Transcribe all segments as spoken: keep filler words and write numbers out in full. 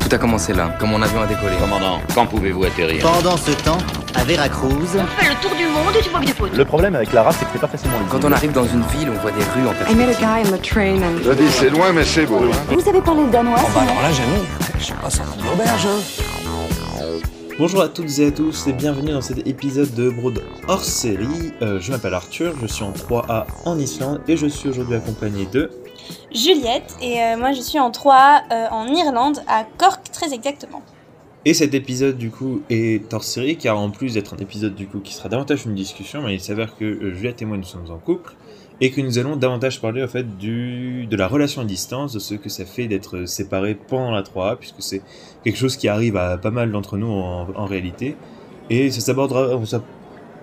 Tout a commencé là, quand mon avion a décollé. Commandant, quand pouvez-vous atterrir? Pendant ce temps, à Veracruz... On fait le tour du monde et tu vois que des potes. Le problème avec Lara, c'est que c'est pas facilement lisible. Quand on arrive dans une ville, on voit des rues en I met a perspective. guy on the train and... Je dis, c'est loin, mais c'est beau. Hein. Vous savez parler danois? Oh bah alors là, Jamy, je suis pas sorti de l'auberge. Bonjour à toutes et à tous et bienvenue dans cet épisode de Broad hors série. Euh, je m'appelle Arthur, je suis en trois A en Islande et je suis aujourd'hui accompagné de... Juliette, et euh, moi je suis en trois A euh, en Irlande, à Cork très exactement. Et cet épisode du coup est hors série car en plus d'être un épisode du coup qui sera davantage une discussion, mais il s'avère que euh, Juliette et moi nous sommes en couple et que nous allons davantage parler en fait du, de la relation à distance, de ce que ça fait d'être séparés pendant la trois A, puisque c'est quelque chose qui arrive à pas mal d'entre nous en, en réalité, et ça s'abordera, on s'ab...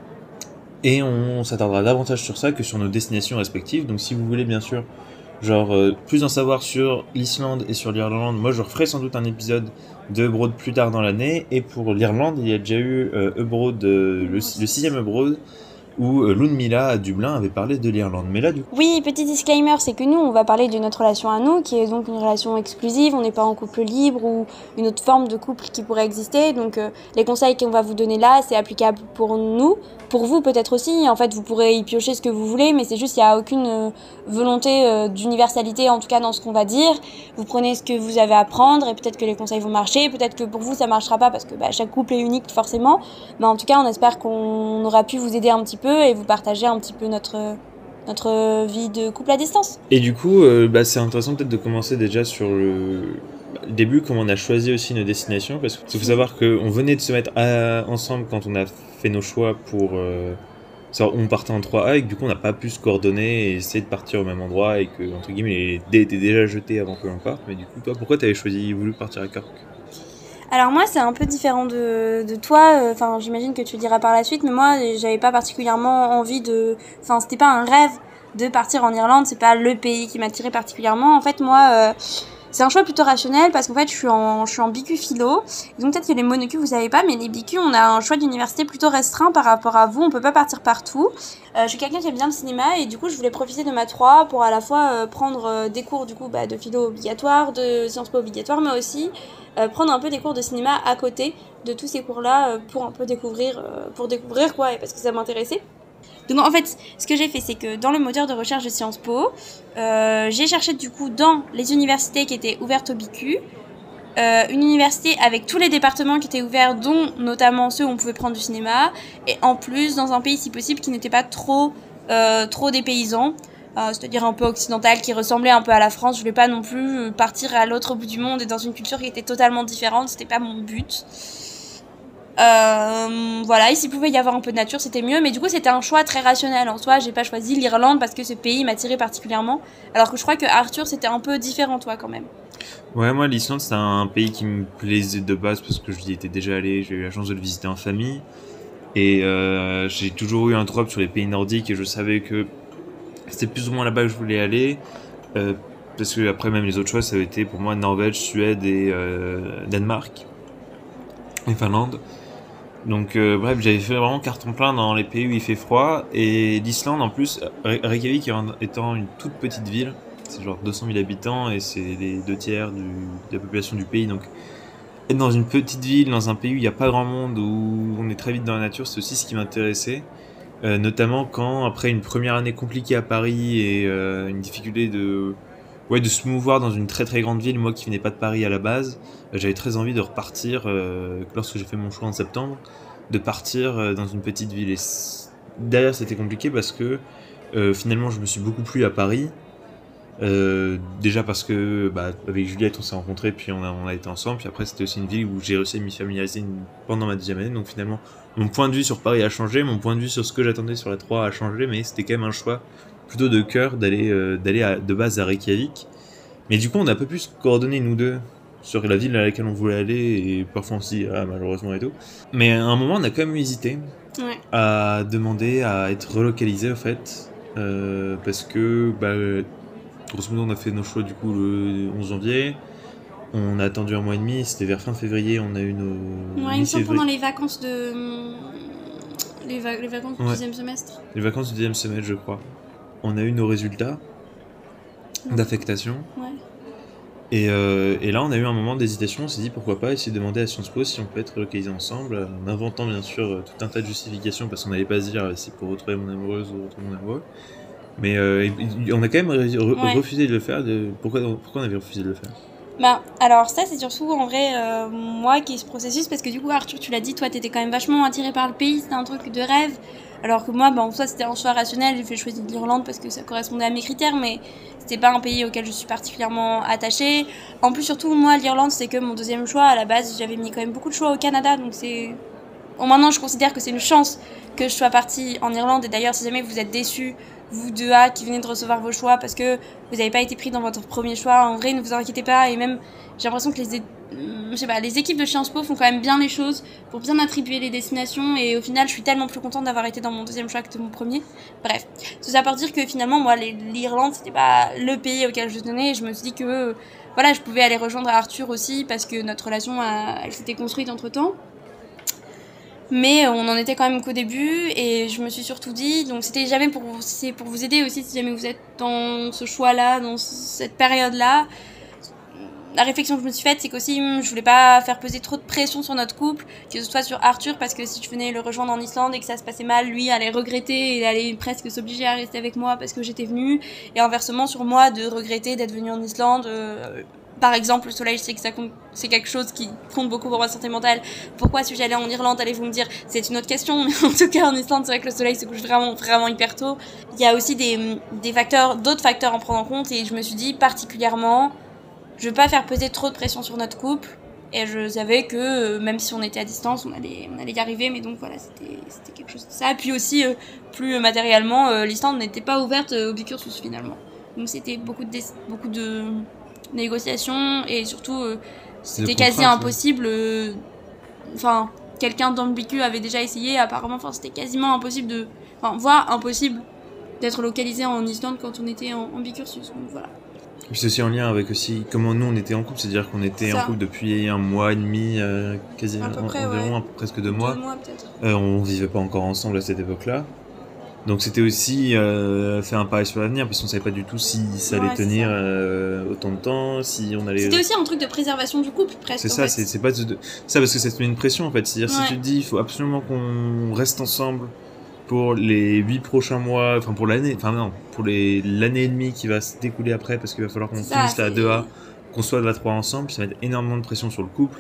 et on s'attardera davantage sur ça que sur nos destinations respectives. Donc si vous voulez bien sûr genre euh, plus en savoir sur l'Islande et sur l'Irlande, moi je referai sans doute un épisode de Ebroad plus tard dans l'année, et pour l'Irlande il y a déjà eu euh, Ebroad, euh, le, le sixième Ebroad, où euh, Ludmilla à Dublin avait parlé de l'Irlande. Mais là, du coup... Oui, petit disclaimer, c'est que nous, on va parler de notre relation à nous, qui est donc une relation exclusive, on n'est pas en couple libre ou une autre forme de couple qui pourrait exister. Donc euh, les conseils qu'on va vous donner là, c'est applicable pour nous, pour vous peut-être aussi. En fait, vous pourrez y piocher ce que vous voulez, mais c'est juste qu'il n'y a aucune euh, volonté euh, d'universalité, en tout cas dans ce qu'on va dire. Vous prenez ce que vous avez à prendre, et peut-être que les conseils vont marcher, peut-être que pour vous, ça ne marchera pas, parce que bah, chaque couple est unique forcément. Mais en tout cas, on espère qu'on aura pu vous aider un petit peu et vous partager un petit peu notre, notre vie de couple à distance. Et du coup, euh, bah, c'est intéressant peut-être de commencer déjà sur le, le début, comment on a choisi aussi nos destinations, parce qu'il faut savoir qu'on venait de se mettre à... ensemble quand on a fait nos choix pour... Euh... on partait en trois A et que du coup on n'a pas pu se coordonner et essayer de partir au même endroit, et que entre guillemets les dés étaient déjà jetés avant que l'on parte. Mais du coup, toi, pourquoi t'avais choisi, voulu partir à Cork? Alors moi, c'est un peu différent de, de toi, enfin euh, j'imagine que tu le diras par la suite, mais moi j'avais pas particulièrement envie de... Enfin c'était pas un rêve de partir en Irlande, c'est pas le pays qui m'attirait particulièrement. En fait moi, euh, c'est un choix plutôt rationnel, parce qu'en fait je suis en, je suis en B Q philo, donc peut-être que les monocus vous savez pas, mais les B Q on a un choix d'université plutôt restreint par rapport à vous, on peut pas partir partout. Euh, je suis quelqu'un qui aime bien le cinéma, et du coup je voulais profiter de ma trois A pour à la fois euh, prendre euh, des cours du coup bah, de philo obligatoire, de sciences po obligatoire, mais aussi Euh, prendre un peu des cours de cinéma à côté de tous ces cours-là euh, pour un peu découvrir, euh, pour découvrir quoi, et parce que ça m'intéressait. Donc en fait, ce que j'ai fait, c'est que dans le moteur de recherche de Sciences Po, euh, j'ai cherché du coup dans les universités qui étaient ouvertes au B Q, euh, une université avec tous les départements qui étaient ouverts, dont notamment ceux où on pouvait prendre du cinéma, et en plus dans un pays si possible qui n'était pas trop, euh, trop dépaysant. Euh, c'est-à-dire un peu occidental, qui ressemblait un peu à la France. Je voulais pas non plus partir à l'autre bout du monde et dans une culture qui était totalement différente, c'était pas mon but. Euh, voilà, et s'il pouvait y avoir un peu de nature, c'était mieux, mais du coup c'était un choix très rationnel en soi. J'ai pas choisi l'Irlande parce que ce pays m'attirait particulièrement, alors que je crois que Arthur c'était un peu différent toi quand même. Ouais, moi l'Islande c'est un pays qui me plaisait de base parce que j'y étais déjà allé, j'ai eu la chance de le visiter en famille, et euh, j'ai toujours eu un drop sur les pays nordiques, et je savais que c'était plus ou moins là-bas que je voulais aller, euh, parce que après même les autres choix ça avait été pour moi Norvège, Suède et euh, Danemark et Finlande. Donc euh, bref, j'avais fait vraiment carton plein dans les pays où il fait froid, et l'Islande en plus, Reykjavik étant une toute petite ville, c'est genre deux cent mille habitants et c'est les deux tiers du, de la population du pays, donc être dans une petite ville, dans un pays où il n'y a pas grand monde, où on est très vite dans la nature, c'est aussi ce qui m'intéressait. Euh, notamment quand, après une première année compliquée à Paris et euh, une difficulté de, ouais, de se mouvoir dans une très très grande ville, moi qui venais pas de Paris à la base, euh, j'avais très envie de repartir, euh, lorsque j'ai fait mon choix en septembre, de partir euh, dans une petite ville. Et derrière c'était compliqué parce que euh, finalement je me suis beaucoup plu à Paris, euh, déjà parce que bah, avec Juliette on s'est rencontrés, puis on a, on a été ensemble, puis après c'était aussi une ville où j'ai réussi à m'y familiariser une, pendant ma deuxième année, donc finalement mon point de vue sur Paris a changé, mon point de vue sur ce que j'attendais sur la trois a changé, mais c'était quand même un choix plutôt de cœur d'aller euh, d'aller à, de base à Reykjavik. Mais du coup, on a un peu plus coordonné nous deux sur la ville à laquelle on voulait aller, et parfois aussi, ah, malheureusement et tout. Mais à un moment, on a quand même hésité Ouais. à demander à être relocalisé, en fait, euh, parce que, bah, grosso modo, on a fait nos choix du coup le onze janvier. On a attendu un mois et demi, c'était vers fin février, on a eu nos... Ouais, il me semble pendant les vacances de... Les, va- les vacances du ouais. deuxième semestre. Les vacances du deuxième semestre, je crois. On a eu nos résultats d'affectation. Ouais. Et, euh, et là, on a eu un moment d'hésitation. On s'est dit pourquoi pas essayer de demander à Sciences Po si on peut être relocalisés ensemble, en inventant bien sûr tout un tas de justifications parce qu'on n'allait pas se dire c'est pour retrouver mon amoureuse ou retrouver mon amoureux. Mais euh, on a quand même re- Ouais. refusé de le faire. De... Pourquoi, pourquoi on avait refusé de le faire? Bah, alors ça, c'est surtout en vrai, euh, moi qui ai ce processus, parce que du coup, Arthur, tu l'as dit, toi, t'étais quand même vachement attiré par le pays, c'était un truc de rêve. Alors que moi, bah, en soi, c'était un choix rationnel, j'ai fait choisir l'Irlande parce que ça correspondait à mes critères, mais c'était pas un pays auquel je suis particulièrement attachée. En plus, surtout, moi, l'Irlande, c'était que mon deuxième choix. À la base, j'avais mis quand même beaucoup de choix au Canada, donc c'est... Bon, maintenant, je considère que c'est une chance que je sois partie en Irlande, et d'ailleurs, si jamais vous êtes déçus, vous deux A qui venez de recevoir vos choix parce que vous n'avez pas été pris dans votre premier choix, en vrai, ne vous inquiétez pas. Et même, j'ai l'impression que les, é- je sais pas, les équipes de Sciences Po font quand même bien les choses pour bien attribuer les destinations. Et au final, je suis tellement plus contente d'avoir été dans mon deuxième choix que de mon premier. Bref, tout ça pour dire que finalement, moi, les- l'Irlande, c'était pas le pays auquel je tenais. Et je me suis dit que, euh, voilà, je pouvais aller rejoindre Arthur aussi parce que notre relation, a- elle s'était construite entre-temps. Mais on en était quand même qu'au début et je me suis surtout dit, donc c'était jamais pour vous, c'est pour vous aider aussi si jamais vous êtes dans ce choix-là, dans cette période-là. La réflexion que je me suis faite, c'est qu'aussi je voulais pas faire peser trop de pression sur notre couple, que ce soit sur Arthur, parce que si je venais le rejoindre en Islande et que ça se passait mal, lui allait regretter et allait presque s'obliger à rester avec moi parce que j'étais venue, et inversement sur moi de regretter d'être venue en Islande. Euh, Par exemple, le soleil, je sais que ça compte, c'est quelque chose qui compte beaucoup pour ma santé mentale. Pourquoi si j'allais en Irlande, allez-vous me dire, c'est une autre question, mais en tout cas en Islande, c'est vrai que le soleil se couche vraiment, vraiment hyper tôt. Il y a aussi des, des facteurs, d'autres facteurs à en prendre en compte, et je me suis dit particulièrement, je veux pas faire peser trop de pression sur notre couple, et je savais que euh, même si on était à distance, on allait, on allait y arriver, mais donc voilà, c'était, c'était quelque chose de ça. Et puis aussi, euh, plus matériellement, euh, l'Islande n'était pas ouverte euh, au bicursus finalement. Donc c'était beaucoup de, dé- beaucoup de négociations et surtout euh, c'était quasi impossible. euh, Enfin, quelqu'un dans le B Q avait déjà essayé, apparemment. Enfin, c'était quasiment impossible de, enfin, voire impossible d'être localisé en Islande quand on était en, en bicursus. Donc voilà. Et puis c'est aussi en lien avec aussi comment nous on était en couple, c'est-à-dire qu'on était Ça. en couple depuis un mois et demi, euh, quasi À peu en- près, environ, ouais. un peu- presque deux mois. Deux mois peut-être. Euh, on vivait pas encore ensemble à cette époque-là. Donc c'était aussi euh, faire un pari sur l'avenir, parce qu'on savait pas du tout si ça allait Ouais, c'est tenir ça. euh, autant de temps, si on allait... C'était aussi un truc de préservation du couple presque. C'est en ça, fait. c'est c'est pas de... ça parce que ça te met une pression en fait. C'est-à-dire Ouais. si tu te dis il faut absolument qu'on reste ensemble pour les huit prochains mois, enfin pour l'année, enfin non, pour les l'année et demie qui va se découler après, parce qu'il va falloir qu'on Ça, finisse la c'est- deux A, qu'on soit de la trois ensemble, ça va mettre énormément de pression sur le couple.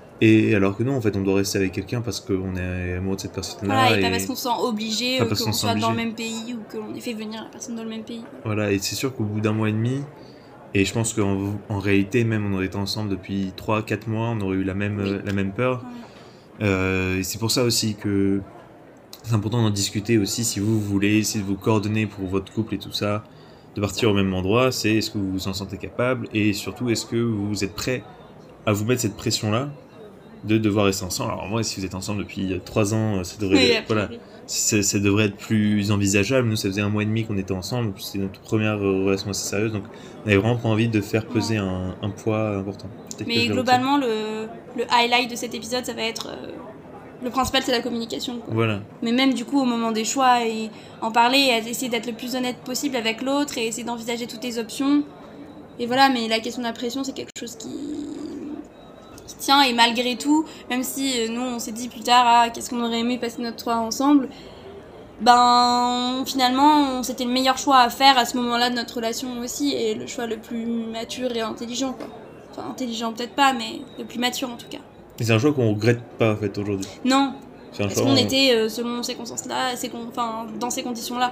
Et alors que non, en fait, on doit rester avec quelqu'un parce qu'on est amoureux de cette personne-là. Voilà, et pas parce qu'on se sent obligé, Pas euh, parce qu'on qu'on se sent soit dans le obligé. même pays ou qu'on ait fait venir la personne dans le même pays. Voilà, et c'est sûr qu'au bout d'un mois et demi, et je pense qu'en en réalité, même on aurait été ensemble depuis trois à quatre mois, on aurait eu la même, Oui. euh, la même peur. Ouais. Euh, et c'est pour ça aussi que c'est important d'en discuter aussi si vous voulez essayer de vous coordonner pour votre couple et tout ça, de partir au même endroit, c'est est-ce que vous vous en sentez capable et surtout est-ce que vous êtes prêt à vous mettre cette pression-là de devoir rester ensemble. Alors moi, si vous êtes ensemble depuis trois ans, ça devrait, Oui, a voilà, priori. ça, ça devrait être plus envisageable. Nous, ça faisait un mois et demi qu'on était ensemble, c'était notre première euh, relation assez sérieuse, donc on avait vraiment pas envie de faire peser un, un poids important. Peut-être que Mais je l'ai globalement, le, le highlight de cet épisode, ça va être... euh, le principal, c'est la communication. Quoi. retenu. Voilà. Mais même du coup, au moment des choix, et en parler, et essayer d'être le plus honnête possible avec l'autre, et essayer d'envisager toutes les options. Et voilà, mais la question de la pression, c'est quelque chose qui... qui tient, et malgré tout, même si euh, nous, on s'est dit plus tard, ah, qu'est-ce qu'on aurait aimé passer notre soir ensemble, ben, finalement, c'était le meilleur choix à faire à ce moment-là de notre relation aussi, et le choix le plus mature et intelligent, quoi. Enfin, intelligent peut-être pas, mais le plus mature en tout cas. Et c'est un choix qu'on regrette pas en fait aujourd'hui. Non, C'est un parce choix. qu'on on- était euh, selon ces conditions-là, ces con- enfin, dans ces conditions-là.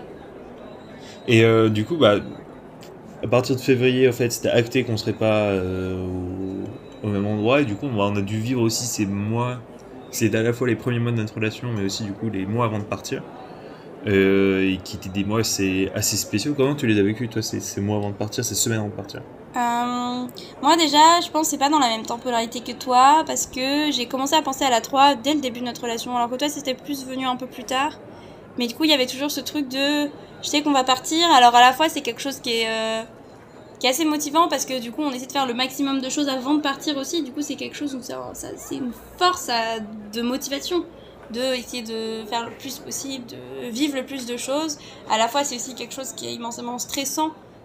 Et euh, du coup, bah, à partir de février, en fait, c'était acté qu'on serait pas euh, au, au même endroit, et du coup, on a, on a dû vivre aussi ces mois. C'est à la fois les premiers mois de notre relation, mais aussi du coup les mois avant de partir, euh, et qui étaient des mois c'est assez spéciaux. Comment tu les as vécus, toi, ces, ces mois avant de partir, ces semaines avant de partir? Euh, moi déjà, je pense que c'est pas dans la même temporalité que toi, parce que j'ai commencé à penser à la trois dès le début de notre relation, alors que toi c'était plus venu un peu plus tard. Mais du coup, il y avait toujours ce truc de je sais qu'on va partir, alors à la fois c'est quelque chose qui est, euh, qui est assez motivant parce que du coup on essaie de faire le maximum de choses avant de partir aussi, du coup c'est quelque chose où ça, ça, c'est une force à- de motivation, de essayer de faire le plus possible, de vivre le plus de choses. À la fois c'est aussi quelque chose qui est immensément stressant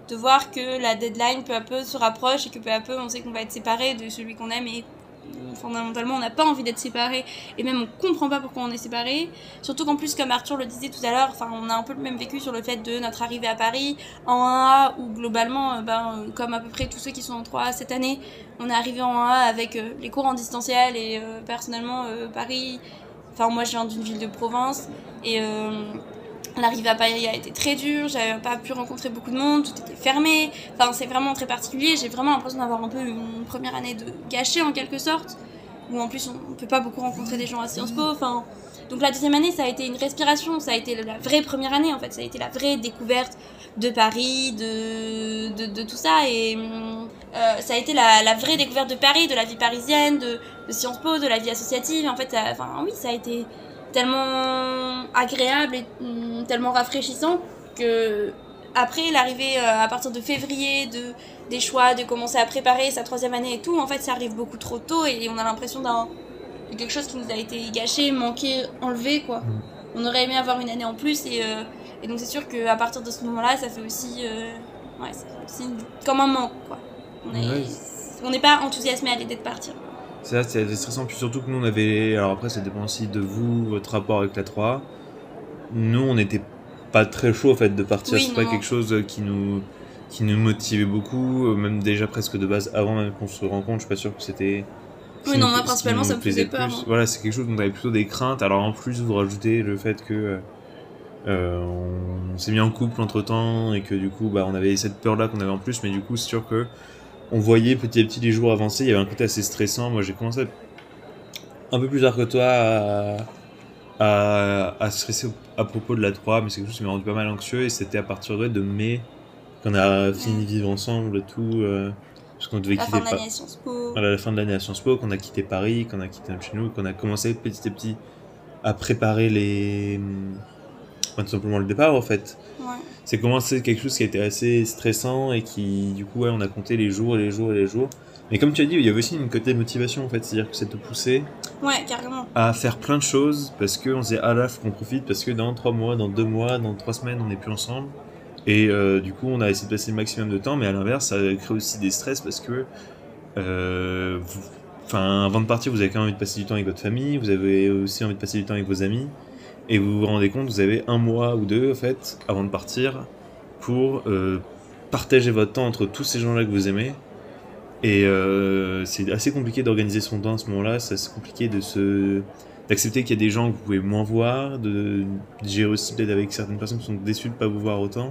de voir que la deadline peu à peu se rapproche et que peu à peu on sait qu'on va être séparés de celui qu'on aime et fondamentalement on n'a pas envie d'être séparés et même on comprend pas pourquoi on est séparés, surtout qu'en plus comme Arthur le disait tout à l'heure, enfin on a un peu le même vécu sur le fait de notre arrivée à Paris en un A où globalement euh, ben, euh, comme à peu près tous ceux qui sont en trois A cette année, on est arrivé en un A avec euh, les cours en distanciel et euh, personnellement euh, Paris, enfin moi je viens d'une ville de province et euh, l'arrivée à Paris a été très dure, j'avais pas pu rencontrer beaucoup de monde, tout était fermé, enfin c'est vraiment très particulier, j'ai vraiment l'impression d'avoir un peu une première année de gâchée en quelque sorte, où en plus on peut pas beaucoup rencontrer des gens à Sciences Po, enfin... Donc la deuxième année ça a été une respiration, ça a été la vraie première année en fait, ça a été la vraie découverte de Paris, de, de, de tout ça, et euh, ça a été la, la vraie découverte de Paris, de la vie parisienne, de, de Sciences Po, de la vie associative, en fait, ça, enfin oui ça a été... tellement agréable et mm, tellement rafraîchissant que après l'arrivée euh, à partir de février de, des choix, de commencer à préparer sa troisième année et tout, en fait ça arrive beaucoup trop tôt et on a l'impression d'un de quelque chose qui nous a été gâché, manqué, enlevé quoi. Mmh. On aurait aimé avoir une année en plus et, euh, et donc c'est sûr qu'à partir de ce moment-là ça fait aussi, euh, ouais, ça fait aussi comme un manque quoi. On est, ouais. On n'est pas enthousiasmé à l'idée de partir. C'est ça, c'est stressant, puis surtout que nous on avait, alors après ça dépend aussi de vous, votre rapport avec la trois A, nous on n'était pas très chaud en fait de partir, oui, c'est non. Pas quelque chose qui nous, qui nous motivait beaucoup, même déjà presque de base avant même qu'on se rencontre, je suis pas sûr que c'était... Oui non, moi principalement ça me faisait peur. Hein. Voilà, c'est quelque chose dont on avait plutôt des craintes, alors en plus vous rajoutez le fait que euh, on s'est mis en couple entre temps et que du coup bah, on avait cette peur là qu'on avait en plus, mais du coup c'est sûr que on voyait petit à petit les jours avancer, il y avait un côté assez stressant. Moi j'ai commencé un peu plus tard que toi à, à, à stresser à propos de la trois A, mais c'est quelque chose qui m'a rendu pas mal anxieux et c'était à partir de mai qu'on a fini de vivre ensemble tout, euh, parce qu'on devait la quitter fin de l'année à Sciences Po. Voilà, la fin de l'année à Sciences Po, qu'on a quitté Paris, qu'on a quitté chez nous, qu'on a commencé petit à petit à préparer les... Enfin, tout simplement le départ en fait. Ouais. C'est commencé quelque chose qui a été assez stressant et qui, du coup, ouais, on a compté les jours et les jours et les jours. Mais comme tu as dit, il y avait aussi une côté de motivation en fait, c'est-à-dire que ça te poussait ouais, carrément. à faire plein de choses parce qu'on se disait ah là, faut qu'on profite parce que dans trois mois, dans deux mois, dans trois semaines, on n'est plus ensemble. Et euh, du coup, on a essayé de passer le maximum de temps, mais à l'inverse, ça crée aussi des stress parce que, euh, vous, enfin, avant de partir, vous avez quand même envie de passer du temps avec votre famille, vous avez aussi envie de passer du temps avec vos amis. Et vous vous rendez compte, vous avez un mois ou deux, en fait, avant de partir, pour euh, partager votre temps entre tous ces gens-là que vous aimez. Et euh, c'est assez compliqué d'organiser son temps à ce moment-là, c'est assez compliqué de se... d'accepter qu'il y a des gens que vous pouvez moins voir, de gérer aussi peut-être avec certaines personnes qui sont déçues de ne pas vous voir autant.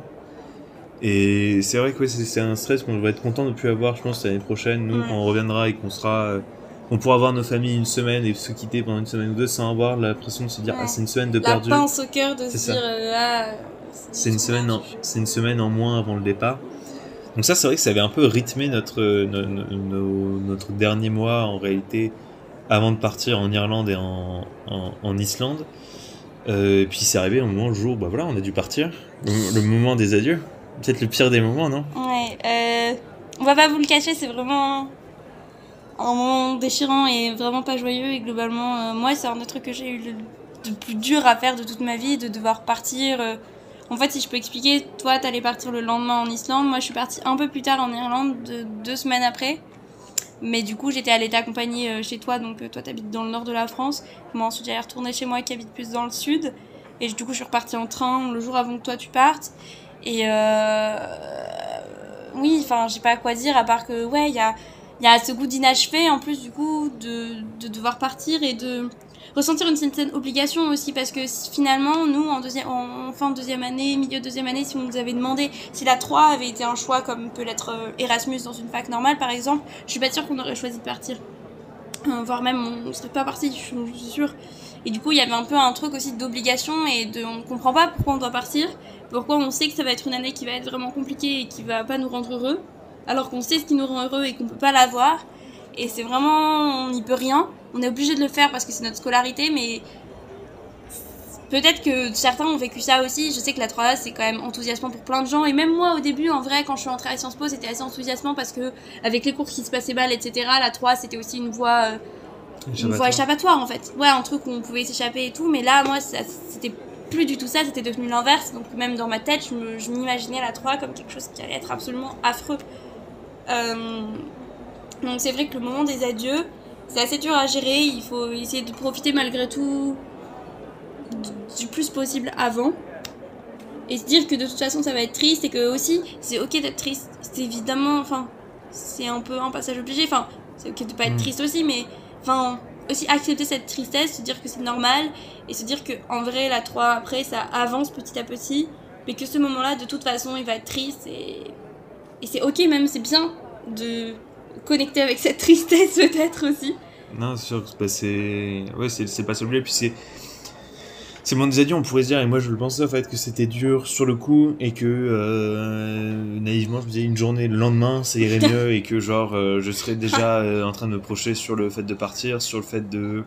Et c'est vrai que ouais, c'est, c'est un stress qu'on va être content de ne plus avoir, je pense, l'année prochaine, nous, ouais. Quand on reviendra et qu'on sera... On pourra voir nos familles une semaine et se quitter pendant une semaine ou deux sans avoir l'impression de se dire ouais. Ah c'est une semaine de la perdu. La pince au cœur de c'est se dire euh, ah c'est, c'est une semaine en, c'est une semaine en moins avant le départ. Donc ça c'est vrai que ça avait un peu rythmé notre no, no, no, notre dernier mois en réalité avant de partir en Irlande et en en, en Islande. Euh, et puis c'est arrivé au moment le jour bah voilà on a dû partir le, le moment des adieux, peut-être le pire des moments non? Ouais. Euh, on va pas vous le cacher, c'est vraiment un moment déchirant et vraiment pas joyeux et globalement euh, moi c'est un des trucs que j'ai eu le, de plus dur à faire de toute ma vie, de devoir partir euh. En fait si je peux expliquer, toi t'allais partir le lendemain en Islande, moi je suis partie un peu plus tard en Irlande, de, deux semaines après, mais du coup j'étais allée t'accompagner euh, chez toi, donc euh, toi t'habites dans le nord de la France, moi ensuite j'allais retourner chez moi qui habite plus dans le sud et du coup je suis repartie en train le jour avant que toi tu partes et euh... oui enfin j'ai pas à quoi dire à part que ouais il y a Il y a ce goût d'inachevé, en plus, du coup, de, de devoir partir et de ressentir une certaine obligation aussi, parce que si, finalement, nous, en, deuxième, en fin de deuxième année, milieu de deuxième année, si on nous avait demandé si la trois avait été un choix comme peut l'être Erasmus dans une fac normale, par exemple, je suis pas sûre qu'on aurait choisi de partir. Euh, voire même, on ne serait pas parti, je, je suis sûre. Et du coup, il y avait un peu un truc aussi d'obligation et de, on ne comprend pas pourquoi on doit partir, pourquoi on sait que ça va être une année qui va être vraiment compliquée et qui va pas nous rendre heureux. Alors qu'on sait ce qui nous rend heureux et qu'on peut pas l'avoir. Et c'est vraiment... on n'y peut rien. On est obligé de le faire parce que c'est notre scolarité, mais... peut-être que certains ont vécu ça aussi. Je sais que la trois A, c'est quand même enthousiasmant pour plein de gens. Et même moi, au début, en vrai, quand je suis entrée à Sciences Po, c'était assez enthousiasmant parce que, avec les cours qui se passaient mal, et cetera, la trois A, c'était aussi une voie... Euh, une voie échappatoire, en fait. Ouais, un truc où on pouvait s'échapper et tout. Mais là, moi, ça, c'était plus du tout ça, c'était devenu l'inverse. Donc même dans ma tête, je, me, je m'imaginais la Troie comme quelque chose qui allait être absolument affreux. Euh, donc c'est vrai que le moment des adieux, c'est assez dur à gérer. Il faut essayer de profiter malgré tout du, du plus possible avant. Et se dire que de toute façon ça va être triste et que aussi c'est ok d'être triste. C'est évidemment, enfin, c'est un peu un passage obligé. Enfin, c'est ok de pas être mmh. triste aussi, mais enfin... aussi accepter cette tristesse, se dire que c'est normal et se dire que en vrai la Troie après ça avance petit à petit, mais que ce moment-là de toute façon il va être triste et, et c'est ok, même c'est bien de connecter avec cette tristesse peut-être aussi. Non, c'est sûr que bah, c'est ouais c'est c'est pas oublié, puis c'est c'est le moment des adieux, on pourrait se dire, et moi je le pensais en fait, que c'était dur sur le coup et que euh, naïvement je me disais une journée le lendemain ça irait mieux et que genre euh, je serais déjà euh, en train de me projeter sur le fait de partir, sur le fait de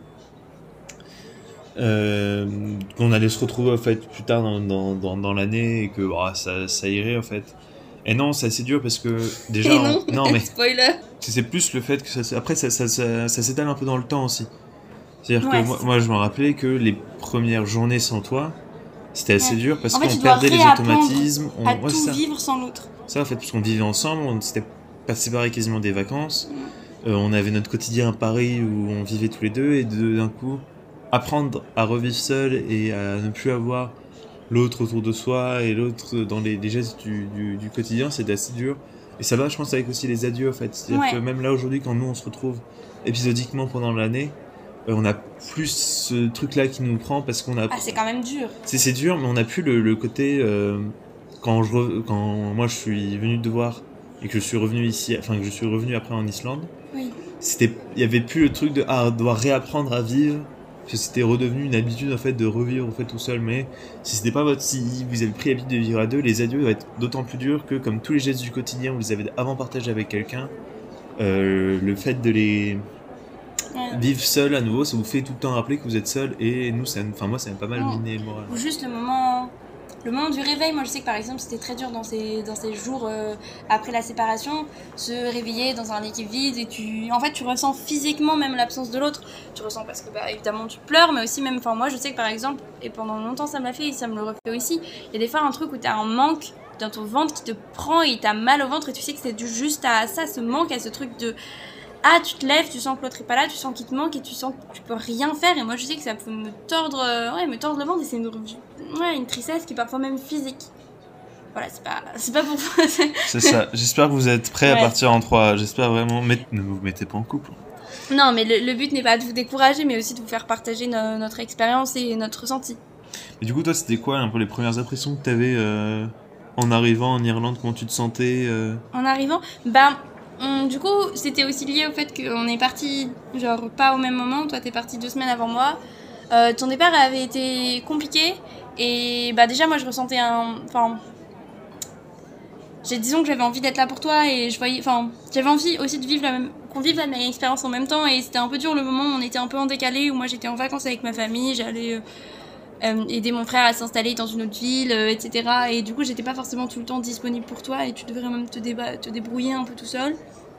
euh, qu'on allait se retrouver en fait plus tard dans, dans, dans, dans l'année et que oh, ça, ça irait en fait. Et non, c'est assez dur parce que déjà et non, on... non mais spoiler. C'est plus le fait que ça, après ça, ça, ça, ça s'étale un peu dans le temps aussi. C'est-à-dire ouais, que moi, moi je me rappelais que les premières journées sans toi, c'était assez ouais. dur parce en qu'on fait, perdait les automatismes. On à ouais, tout ça. vivre sans l'autre. Ça en fait, parce qu'on vivait ensemble, on s'était pas séparés quasiment des vacances. Mm. Euh, on avait notre quotidien à Paris où on vivait tous les deux et de, d'un coup, apprendre à revivre seul et à ne plus avoir l'autre autour de soi et l'autre dans les, les gestes du, du, du quotidien, c'était assez dur. Et ça va, je pense, avec aussi les adieux en fait. C'est-à-dire ouais. que même là aujourd'hui, quand nous on se retrouve épisodiquement pendant l'année, Euh, on a plus ce truc-là qui nous prend parce qu'on a... Ah, c'est quand même dur. C'est, c'est dur, mais on a plus le, le côté... Euh, quand, je re... quand moi je suis venu te voir et que je suis revenu ici, enfin que je suis revenu après en Islande, oui. c'était... il y avait plus le truc de ah, devoir réapprendre à vivre, parce que c'était redevenu une habitude en fait de revivre en fait tout seul. Mais si c'était pas votre... si vous avez pris l'habitude de vivre à deux, les adieux vont être d'autant plus durs que comme tous les gestes du quotidien, vous les avez avant partagés avec quelqu'un, euh, le fait de les... Ouais. Vivre seul à nouveau, ça vous fait tout le temps rappeler que vous êtes seul et nous, ça, enfin moi, ça m'a pas mal miné le moral. Ou juste le moment, le moment du réveil. Moi, je sais que par exemple, c'était très dur dans ces dans ces jours euh, après la séparation, se réveiller dans un lit qui est vide et tu, en fait, tu ressens physiquement même l'absence de l'autre. Tu ressens parce que bah évidemment tu pleures, mais aussi même, enfin moi, je sais que par exemple, et pendant longtemps ça m'a fait et ça me le refait aussi. Il y a des fois un truc où t'as un manque dans ton ventre qui te prend et t'as mal au ventre et tu sais que c'est dû juste à ça, ce manque, à ce truc de ah, tu te lèves, tu sens que l'autre est pas là, tu sens qu'il te manque et tu sens que tu peux rien faire. Et moi, je sais que ça peut me tordre, euh, ouais, me tordre le ventre et c'est une, ouais, une tristesse qui est parfois même physique. Voilà, c'est pas, c'est pas pour toi. C'est, c'est ça. J'espère que vous êtes prêts ouais. à partir en trois. J'espère vraiment. Mais ne vous mettez pas en couple. Non, mais le, le but n'est pas de vous décourager, mais aussi de vous faire partager no, notre expérience et notre ressenti. Et du coup, toi, c'était quoi un peu les premières impressions que t'avais euh, en arrivant en Irlande? Comment tu te sentais euh... En arrivant, bah. Hum, du coup, c'était aussi lié au fait qu'on est partis, genre, pas au même moment. Toi, t'es parti deux semaines avant moi. Euh, ton départ avait été compliqué. Et bah déjà, moi, je ressentais un... Enfin... J'ai, disons que j'avais envie d'être là pour toi et je voyais... Enfin, j'avais envie aussi de vivre la même... qu'on vive la même expérience en même temps. Et c'était un peu dur le moment où on était un peu en décalé, où moi, j'étais en vacances avec ma famille. J'allais... Euh... Euh, aider mon frère à s'installer dans une autre ville, euh, et cetera. Et du coup, j'étais pas forcément tout le temps disponible pour toi et tu devrais même te, déba- te débrouiller un peu tout seul.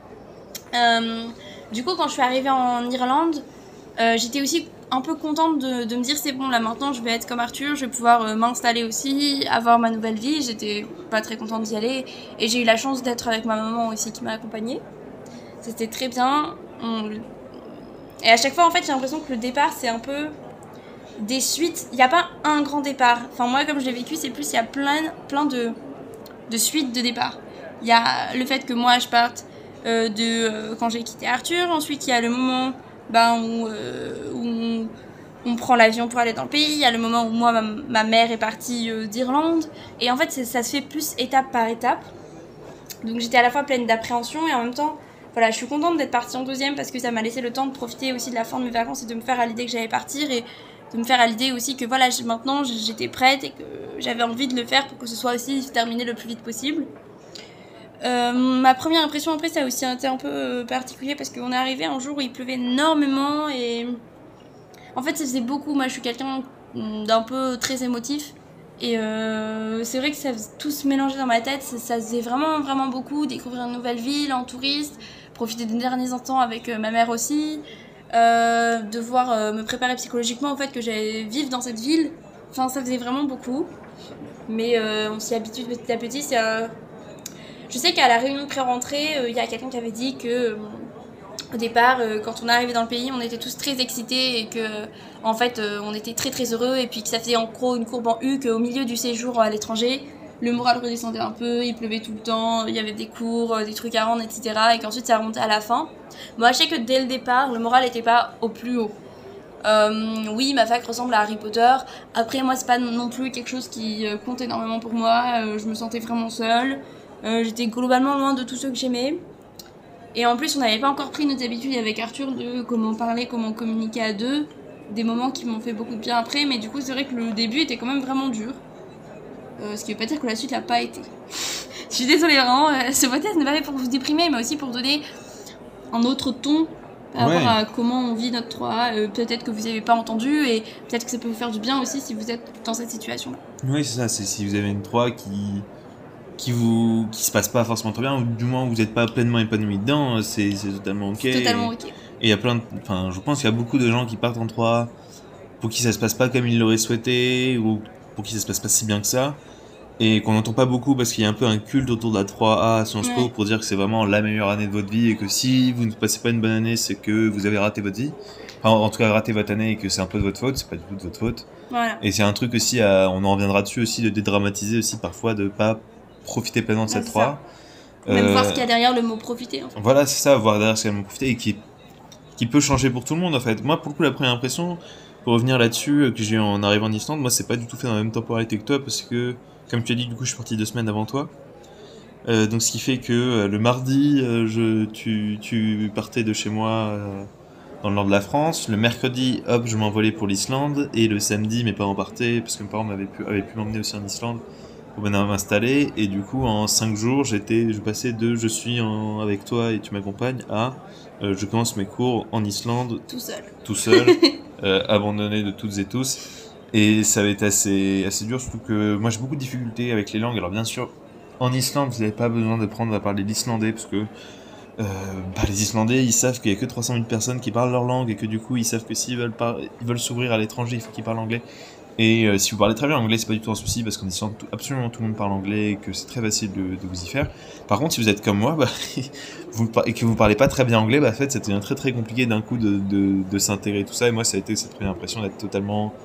Euh, du coup, quand je suis arrivée en Irlande, euh, j'étais aussi un peu contente de, de me dire c'est bon, là maintenant je vais être comme Arthur, je vais pouvoir euh, m'installer aussi, avoir ma nouvelle vie. J'étais pas très contente d'y aller et j'ai eu la chance d'être avec ma maman aussi qui m'a accompagnée. C'était très bien. On... Et à chaque fois, en fait, j'ai l'impression que le départ, c'est un peu... des suites, il n'y a pas un grand départ. Enfin, moi, comme je l'ai vécu, c'est plus, il y a plein, plein de, de suites de départ. Il y a le fait que moi, je parte euh, de euh, quand j'ai quitté Arthur. Ensuite, il y a le moment ben, où, euh, où on, on prend l'avion pour aller dans le pays. Il y a le moment où moi, ma, ma mère est partie euh, d'Irlande. Et en fait, ça se fait plus étape par étape. Donc, j'étais à la fois pleine d'appréhension et en même temps, voilà, je suis contente d'être partie en deuxième parce que ça m'a laissé le temps de profiter aussi de la fin de mes vacances et de me faire à l'idée que j'allais partir et de me faire à l'idée aussi que voilà, maintenant j'étais prête et que j'avais envie de le faire pour que ce soit aussi terminé le plus vite possible. Euh, ma première impression après, ça a aussi été un peu particulier parce qu'on est arrivé un jour où il pleuvait énormément et en fait ça faisait beaucoup. Moi je suis quelqu'un d'un peu très émotif et euh, c'est vrai que ça faisait tout se mélanger dans ma tête. Ça, ça faisait vraiment vraiment beaucoup, découvrir une nouvelle ville en touriste, profiter des derniers instants avec ma mère aussi. Euh, devoir euh, me préparer psychologiquement au fait que j'allais vivre dans cette ville enfin, ça faisait vraiment beaucoup. Mais euh, on s'y habitue petit à petit. C'est, euh... Je sais qu'à la réunion de pré-rentrée, il euh, y a quelqu'un qui avait dit que, euh, au départ, euh, quand on est arrivé dans le pays, on était tous très excités et que, en fait, euh, on était très très heureux. Et puis que ça faisait en gros une courbe en U, qu'au milieu du séjour à l'étranger, le moral redescendait un peu, il pleuvait tout le temps, il y avait des cours, des trucs à rendre, et cetera. Et qu'ensuite ça remontait à la fin. Moi, je sais que dès le départ, le moral n'était pas au plus haut. Euh, oui, ma fac ressemble à Harry Potter. Après, moi, c'est pas non plus quelque chose qui euh, compte énormément pour moi. Euh, je me sentais vraiment seule. Euh, j'étais globalement loin de tous ceux que j'aimais. Et en plus, on n'avait pas encore pris nos habitudes avec Arthur de comment parler, comment communiquer à deux. Des moments qui m'ont fait beaucoup de bien après. Mais du coup, c'est vrai que le début était quand même vraiment dur. Euh, ce qui veut pas dire que la suite l'a pas été. Je suis désolée, vraiment. Euh, ce podcast n'est pas fait pour vous déprimer, mais aussi pour donner un autre ton par rapport ouais. à comment on vit notre trois A, euh, peut-être que vous n'avez pas entendu et peut-être que ça peut vous faire du bien aussi si vous êtes dans cette situation-là. Oui, c'est ça, c'est si vous avez une trois A qui qui vous qui se passe pas forcément très bien ou du moins vous n'êtes pas pleinement épanoui dedans, c'est c'est totalement OK. C'est totalement OK. Et il y a plein de enfin, je pense qu'il y a beaucoup de gens qui partent en trois A pour qui ça se passe pas comme ils l'auraient souhaité ou pour qui ça se passe pas si bien que ça. Et qu'on n'entend pas beaucoup parce qu'il y a un peu un culte autour de la trois A à Sciences Po ouais. pour dire que c'est vraiment la meilleure année de votre vie et que si vous ne passez pas une bonne année, c'est que vous avez raté votre vie. Enfin, en tout cas, raté votre année et que c'est un peu de votre faute, c'est pas du tout de votre faute. Voilà. Et c'est un truc aussi, à, on en reviendra dessus aussi, de dédramatiser aussi parfois, de pas profiter pleinement de cette trois A. Même euh, voir ce qu'il y a derrière le mot profiter. En fait. Voilà, c'est ça, voir derrière ce qu'il y a le mot profiter et qui, qui peut changer pour tout le monde en fait. Moi, pour le coup, la première impression, pour revenir là-dessus, que j'ai eu en arrivant en Islande, moi, c'est pas du tout fait dans la même temporalité que toi parce que comme tu as dit, du coup, je suis parti deux semaines avant toi. Euh, donc, ce qui fait que euh, le mardi, euh, je, tu, tu partais de chez moi euh, dans le nord de la France. Le mercredi, hop, je m'envolais pour l'Islande. Et le samedi, mes parents partaient parce que mes parents m'avaient pu, avaient pu m'emmener aussi en Islande pour venir m'installer. Et du coup, en cinq jours, j'étais, je passais de je suis en, avec toi et tu m'accompagnes à euh, je commence mes cours en Islande. Tout seul. Tout seul, euh, abandonné de toutes et tous. Et ça va être assez, assez dur, surtout que moi j'ai beaucoup de difficultés avec les langues. Alors bien sûr, en Islande, vous n'avez pas besoin d'apprendre à parler l'islandais, parce que euh, bah, les Islandais, ils savent qu'il n'y a que trois cent mille personnes qui parlent leur langue, et que du coup, ils savent que s'ils veulent, par... ils veulent s'ouvrir à l'étranger, il faut qu'ils parlent anglais. Et euh, si vous parlez très bien anglais, c'est pas du tout un souci, parce qu'en Islande, tout, absolument tout le monde parle anglais, et que c'est très facile de, de vous y faire. Par contre, si vous êtes comme moi, bah, vous, et que vous parlez pas très bien anglais, bah, en fait, ça devient très très compliqué d'un coup de, de, de s'intégrer tout ça, et moi, ça a été cette première impression d'être totalement...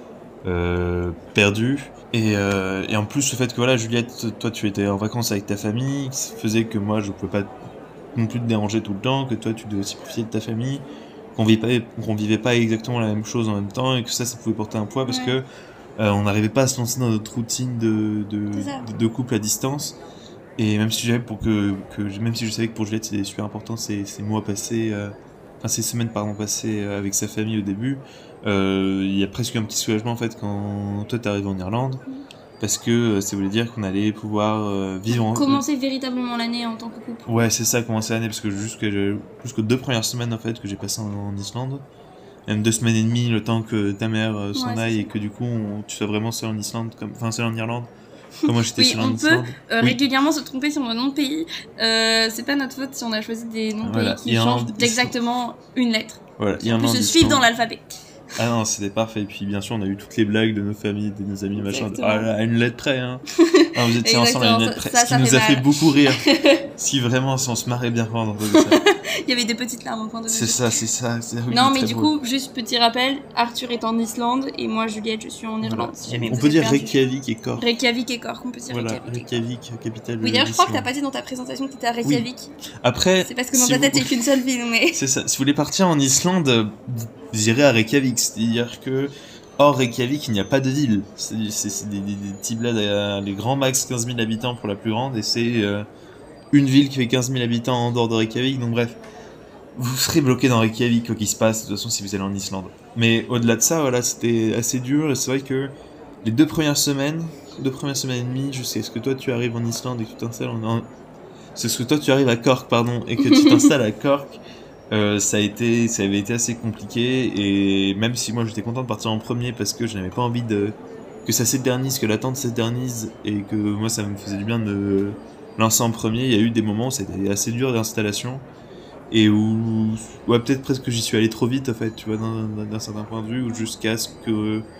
Euh, perdu et, euh, et en plus le fait que voilà Juliette, toi tu étais en vacances avec ta famille, ça faisait que moi je pouvais pas non plus te déranger tout le temps, que toi tu devais aussi profiter de ta famille, qu'on vivait pas, qu'on vivait pas exactement la même chose en même temps et que ça ça pouvait porter un poids parce ouais. que euh, on n'arrivait pas à se lancer dans notre routine de, de, de, de couple à distance. Et même si j'avais pour que, que même si je savais que pour Juliette c'était super important ces, ces mois passés euh, enfin ces semaines pardon passées avec sa famille au début, il euh, y a presque un petit soulagement en fait quand toi t'es arrivé en Irlande mmh. parce que euh, ça voulait dire qu'on allait pouvoir euh, vivre en... commencer véritablement l'année en tant que couple. Ouais, c'est ça, commencer l'année, parce que jusqu'à jusqu'aux deux premières semaines en fait que j'ai passé en, en Islande, même deux semaines et demie le temps que ta mère euh, s'en ouais, aille et que du coup on, tu sois vraiment seul en Islande, comme enfin seul en Irlande. Comme moi j'étais oui, seul en Islande. Islande. On peut euh, oui. régulièrement se tromper sur nos noms de pays. Euh, c'est pas notre faute si on a choisi des noms de voilà. pays qui changent d'exactement une lettre. Voilà. Qui en plus se suivent dans l'alphabet. Ah non, c'était parfait. Et puis bien sûr, on a eu toutes les blagues de nos familles, de nos amis, machin. Ah là, à une lettre près, hein. Ah, vous étiez ensemble à une lettre près. Ça, ce qui nous a mal. fait beaucoup rire. Si vraiment, si on se marrait bien pendant tout ça. Il y avait des petites larmes au coin de C'est ça, c'est ça. C'est oui, non, mais du beau. coup, juste petit rappel, Arthur est en Islande et moi, Juliette, je suis en Irlande. Voilà. Si jamais on peut dire Reykjavik et Cork. Reykjavik et Cork, on peut dire voilà, Reykjavik. Reykjavik, capitale. Oui, d'ailleurs, je crois que t'as pas dit dans ta présentation que t'étais à Reykjavik. Oui. Après. C'est parce que dans si ta tête, vous... il y a qu'une seule ville, mais. C'est ça. Si vous voulez partir en Islande, vous irez à Reykjavik. C'est-à-dire que. Hors Reykjavik, il n'y a pas de ville. C'est, c'est, c'est des, des, des petits bleds à les grands max quinze mille habitants pour la plus grande, et c'est euh, une ville qui fait quinze mille habitants en dehors de Reykjavik. Donc bref, vous serez bloqué dans Reykjavik quoi qu'il se passe, de toute façon, si vous allez en Islande. Mais au-delà de ça, voilà, c'était assez dur, et c'est vrai que les deux premières semaines, deux premières semaines et demie, jusqu'à ce que toi tu arrives en Islande et que tu t'installes en... en... c'est ce que toi tu arrives à Cork, pardon, et que tu t'installes à Cork. Euh, ça a été, ça avait été assez compliqué, et même si moi j'étais content de partir en premier parce que je n'avais pas envie de que ça s'éternise, que l'attente s'éternise, et que moi ça me faisait du bien de me lancer en premier. Il y a eu des moments où c'était assez dur d'installation et où, ouais, peut-être presque que j'y suis allé trop vite en fait, tu vois, d'un, d'un certain point de vue, ou jusqu'à ce que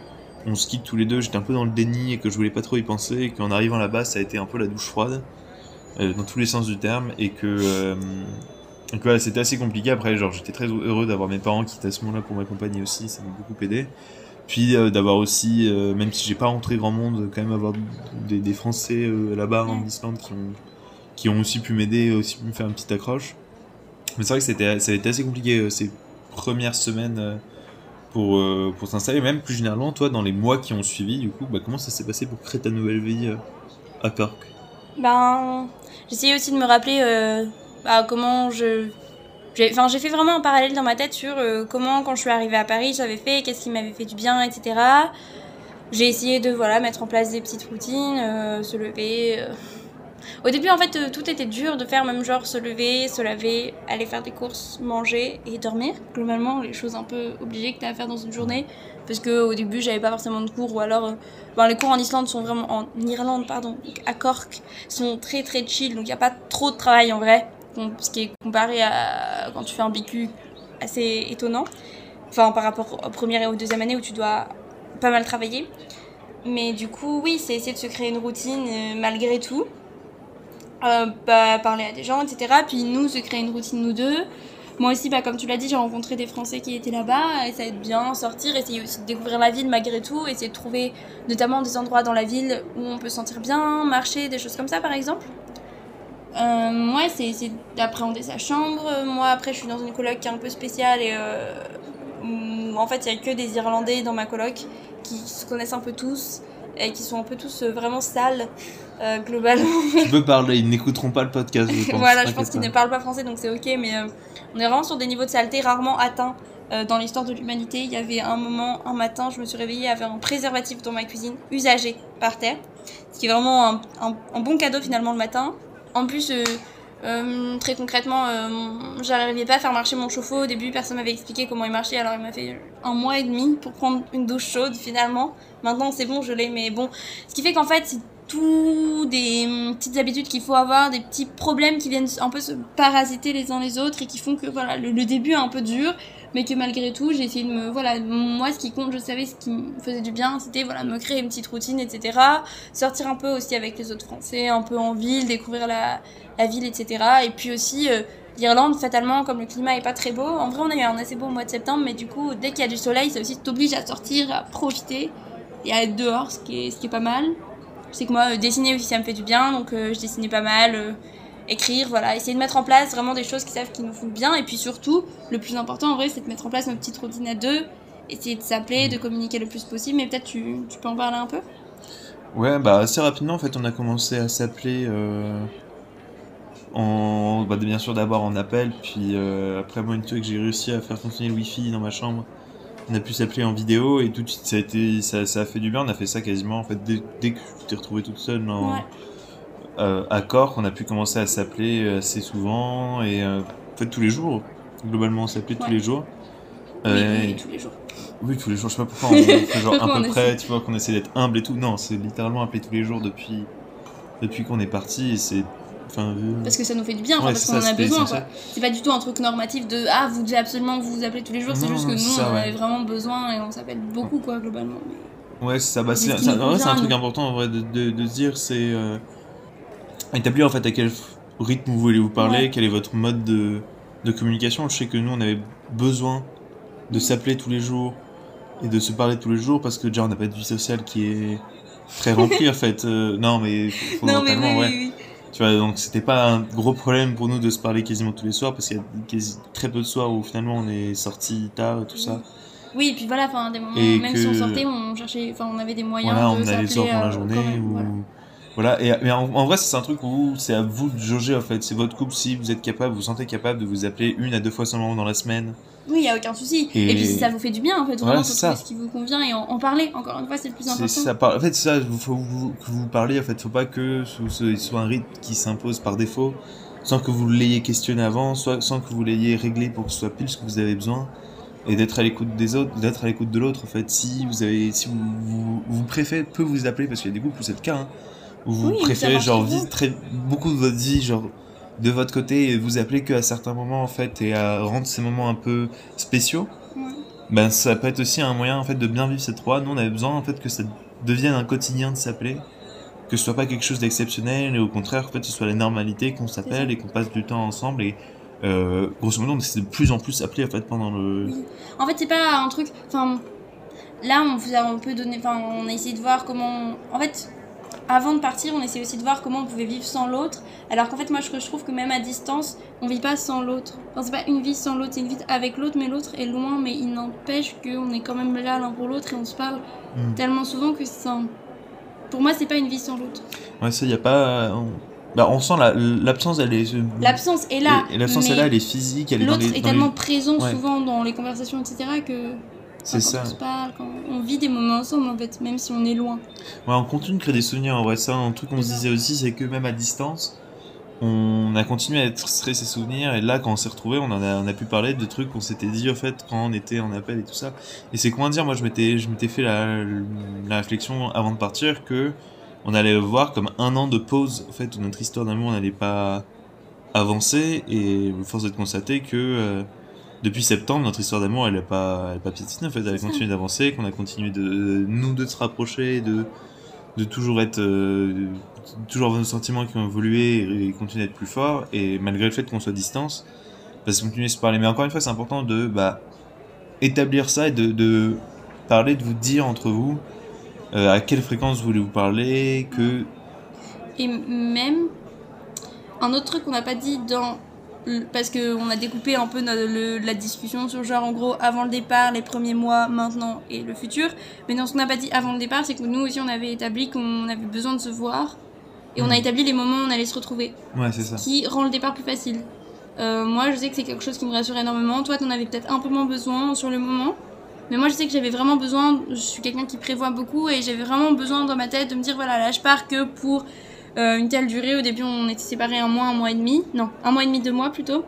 on se quitte tous les deux, j'étais un peu dans le déni et que je voulais pas trop y penser, et qu'en arrivant là-bas, ça a été un peu la douche froide, euh, dans tous les sens du terme, et que, euh, et que voilà, c'était assez compliqué. Après, genre, j'étais très heureux d'avoir mes parents qui étaient à ce moment-là pour m'accompagner aussi, ça m'a beaucoup aidé. Puis euh, d'avoir aussi, euh, même si j'ai pas rencontré grand monde, quand même avoir des, des Français euh, là-bas en Islande qui ont, qui ont aussi pu m'aider, aussi pu me faire une petite accroche. Mais c'est vrai que c'était, ça a été assez compliqué euh, ces premières semaines euh, pour, euh, pour s'installer. Même plus généralement, toi, dans les mois qui ont suivi, du coup, bah, comment ça s'est passé pour créer ta nouvelle vie euh, à Cork? Ben, j'essayais aussi de me rappeler euh, bah, comment je... J'ai, enfin, j'ai fait vraiment un parallèle dans ma tête sur euh, comment, quand je suis arrivée à Paris, j'avais fait, qu'est-ce qui m'avait fait du bien, et cetera. J'ai essayé de voilà, mettre en place des petites routines, euh, se lever. Euh... Au début, en fait, euh, tout était dur de faire, même genre se lever, se laver, aller faire des courses, manger et dormir. Globalement, les choses un peu obligées que tu as à faire dans une journée. Parce qu'au début, j'avais pas forcément de cours, ou alors euh, ben, les cours en Islande sont vraiment. En Irlande, pardon, donc à Cork, sont très très chill, donc il n'y a pas trop de travail en vrai. Ce qui est comparé à quand tu fais un B Q assez étonnant, enfin par rapport aux premières et aux deuxième années où tu dois pas mal travailler. Mais du coup oui, c'est essayer de se créer une routine euh, malgré tout, euh, bah, parler à des gens, et cetera. Puis nous, se créer une routine nous deux. Moi aussi, bah, comme tu l'as dit, j'ai rencontré des Français qui étaient là-bas, et ça aide bien, sortir, essayer aussi de découvrir la ville malgré tout, essayer de trouver notamment des endroits dans la ville où on peut se sentir bien, marcher, des choses comme ça par exemple. Euh, moi, c'est essayer d'appréhender sa chambre. Moi, après, je suis dans une coloc qui est un peu spéciale et euh, où, en fait, il n'y a que des Irlandais dans ma coloc qui se connaissent un peu tous et qui sont un peu tous vraiment sales, euh, globalement. Tu peux parler, ils n'écouteront pas le podcast, je pense. Voilà, je pense qu'ils ne parlent pas français, donc c'est ok, mais euh, on est vraiment sur des niveaux de saleté rarement atteints. Euh, dans l'histoire de l'humanité, il y avait un moment, un matin, je me suis réveillée, il y avait un préservatif dans ma cuisine, usagé, par terre. Ce qui est vraiment un, un, un bon cadeau finalement le matin. En plus, euh, euh, très concrètement, euh, j'arrivais pas à faire marcher mon chauffe-eau. Au début, personne m'avait expliqué comment il marchait, alors il m'a fait un mois et demi pour prendre une douche chaude finalement. Maintenant, c'est bon, je l'ai, mais bon. Ce qui fait qu'en fait, c'est tout des euh, petites habitudes qu'il faut avoir, des petits problèmes qui viennent un peu se parasiter les uns les autres et qui font que voilà, le, le début est un peu dur, mais que malgré tout, j'ai essayé de me... Voilà, moi, ce qui compte, je savais ce qui me faisait du bien, c'était voilà, me créer une petite routine, et cetera. Sortir un peu aussi avec les autres Français, un peu en ville, découvrir la, la ville, et cetera. Et puis aussi, euh, l'Irlande, fatalement, comme le climat est pas très beau, en vrai, on a eu un assez beau mois de septembre, mais du coup, dès qu'il y a du soleil, ça aussi t'oblige à sortir, à profiter et à être dehors, ce qui est, ce qui est pas mal. Je sais que moi, euh, dessiner aussi, ça me fait du bien, donc euh, je dessinais pas mal... Euh, écrire, voilà, essayer de mettre en place vraiment des choses qui savent qui nous font bien, et puis surtout, le plus important en vrai, c'est de mettre en place nos petites routines à deux, essayer de s'appeler, de communiquer le plus possible, mais peut-être tu, tu peux en parler un peu? Ouais, bah assez rapidement en fait, on a commencé à s'appeler euh, en, bah, bien sûr d'abord en appel, puis euh, après moi une fois que j'ai réussi à faire fonctionner le wifi dans ma chambre, on a pu s'appeler en vidéo, et tout de suite ça a été, ça, ça a fait du bien. On a fait ça quasiment en fait dès, dès que tu t'es retrouvée toute seule en, ouais. euh, à Cork, on a pu commencer à s'appeler assez souvent, et euh, en fait tous les jours, globalement on s'appelait ouais. tous les jours. Oui, euh, oui, tous les jours. Oui, tous les jours, je sais pas pourquoi on fait genre à peu près, tu vois, qu'on essaie d'être humble et tout. Non, c'est littéralement appeler tous les jours depuis, depuis qu'on est parti, et c'est... Enfin, euh... Parce que ça nous fait du bien, ouais, parce qu'on en a besoin, quoi. C'est pas du tout un truc normatif de « Ah, vous devez absolument vous vous appelez tous les jours », c'est juste que nous, ça, on ouais. avait vraiment besoin et on s'appelle beaucoup, quoi, globalement. Ouais, c'est ça, bah, c'est, c'est, en vrai, c'est un truc important, en vrai, de, de, de se dire, c'est... Euh, établir, en fait, à quel rythme vous voulez vous parler, ouais. quel est votre mode de, de communication. Je sais que nous, on avait besoin de s'appeler tous les jours et de se parler tous les jours, parce que déjà, on n'a pas de vie sociale qui est très remplie, en fait. Euh, non, mais fondamentalement, non, mais oui, ouais. oui, oui. Tu vois, donc c'était pas un gros problème pour nous de se parler quasiment tous les soirs, parce qu'il y a quasi, très peu de soirs où finalement on est sortis tard et tout ça. Oui, et puis voilà, enfin des moments, et même que... si on sortait, on cherchait, enfin on avait des moyens voilà, de on allait s'appeler pendant la euh, journée même, ou voilà. voilà. Et mais en, en vrai, c'est un truc où c'est à vous de jauger, en fait. C'est votre couple, si vous êtes capable, vous vous sentez capable de vous appeler une à deux fois seulement dans la semaine. Oui, il y a aucun souci. Et... et puis si ça vous fait du bien, en fait, vraiment, voilà, faut trouver ce qui vous convient et en, en parler. Encore une fois, c'est le plus important. C'est ça. En fait, c'est ça. Il faut vous, que vous parliez. En fait, faut pas que ce soit un rythme qui s'impose par défaut, sans que vous l'ayez questionné avant, soit sans que vous l'ayez réglé pour que ce soit pile ce que vous avez besoin, et d'être à l'écoute des autres, d'être à l'écoute de l'autre. En fait, si vous avez, si vous vous, vous préférez, peu vous appeler, parce qu'il y a des groupes où c'est le cas, hein, où vous oui, préférez genre vivre très beaucoup de votre vie, genre de votre côté, et vous appeler qu'à certains moments en fait, et à rendre ces moments un peu spéciaux. Ouais. Ben, ça peut être aussi un moyen en fait de bien vivre ces trois. Nous, on avait besoin en fait que ça devienne un quotidien de s'appeler, que ce soit pas quelque chose d'exceptionnel, et au contraire, en fait, ce soit la normalité qu'on s'appelle et qu'on passe du temps ensemble. Et euh, grosso modo, on essaie de plus en plus s'appeler en fait pendant le. Oui. En fait, c'est pas un truc. Enfin, là, on vous a un peu donné. Enfin, on a essayé de voir comment. En fait, avant de partir, on essayait aussi de voir comment on pouvait vivre sans l'autre. Alors qu'en fait, moi, je, je trouve que même à distance, on vit pas sans l'autre. Enfin, c'est pas une vie sans l'autre, c'est une vie avec l'autre, mais l'autre est loin. Mais il n'empêche qu'on est quand même là l'un pour l'autre et on se parle mmh. tellement souvent que c'est un... Pour moi, c'est pas une vie sans l'autre. Ouais, ça, y a pas. On, bah, on sent la, l'absence, elle est. L'absence est là. Et, et l'absence est là, elle est physique, elle est dans les. L'autre est tellement les... présent ouais. souvent dans les conversations, et cetera que. C'est quand ça. On se parle, quand on vit des moments ensemble, en fait, même si on est loin. Ouais, on continue de créer des souvenirs. En vrai, ça, un truc qu'on se disait aussi, c'est que même à distance, on a continué à être stressé ces souvenirs. Et là, quand on s'est retrouvés, on en a, on a pu parler de trucs qu'on s'était dit, en fait, quand on était en appel et tout ça. Et c'est comment dire, moi, je m'étais, je m'étais fait la, la réflexion avant de partir que on allait le voir comme un an de pause, en fait, où notre histoire d'amour n'allait pas avancer. Et force est de constater que euh, depuis septembre, notre histoire d'amour, elle n'a pas, elle a pas piétiné, en fait. Elle a continué d'avancer, qu'on a continué de nous deux de se rapprocher, de, de toujours être, euh, toujours avoir nos sentiments qui ont évolué et, et continuer d'être plus forts. Et malgré le fait qu'on soit à distance, bah, c'est continuer de se parler. Mais encore une fois, c'est important de bah, établir ça et de, de parler, de vous dire entre vous. Euh, à quelle fréquence voulez-vous parler que... Et même, un autre truc qu'on n'a pas dit dans... Parce qu'on a découpé un peu notre, le, la discussion sur genre en gros avant le départ, les premiers mois, maintenant et le futur. Mais dans ce qu'on n'a pas dit avant le départ, c'est que nous aussi on avait établi qu'on avait besoin de se voir. Et mmh. on a établi les moments où on allait se retrouver. Ouais, c'est ça. Qui rend le départ plus facile. Euh, moi je sais que c'est quelque chose qui me rassure énormément. Toi t'en avais peut-être un peu moins besoin sur le moment. Mais moi je sais que j'avais vraiment besoin, je suis quelqu'un qui prévoit beaucoup et j'avais vraiment besoin dans ma tête de me dire voilà là je pars que pour euh, une telle durée. Au début on était séparés un mois, un mois et demi, non un mois et demi, deux mois plutôt.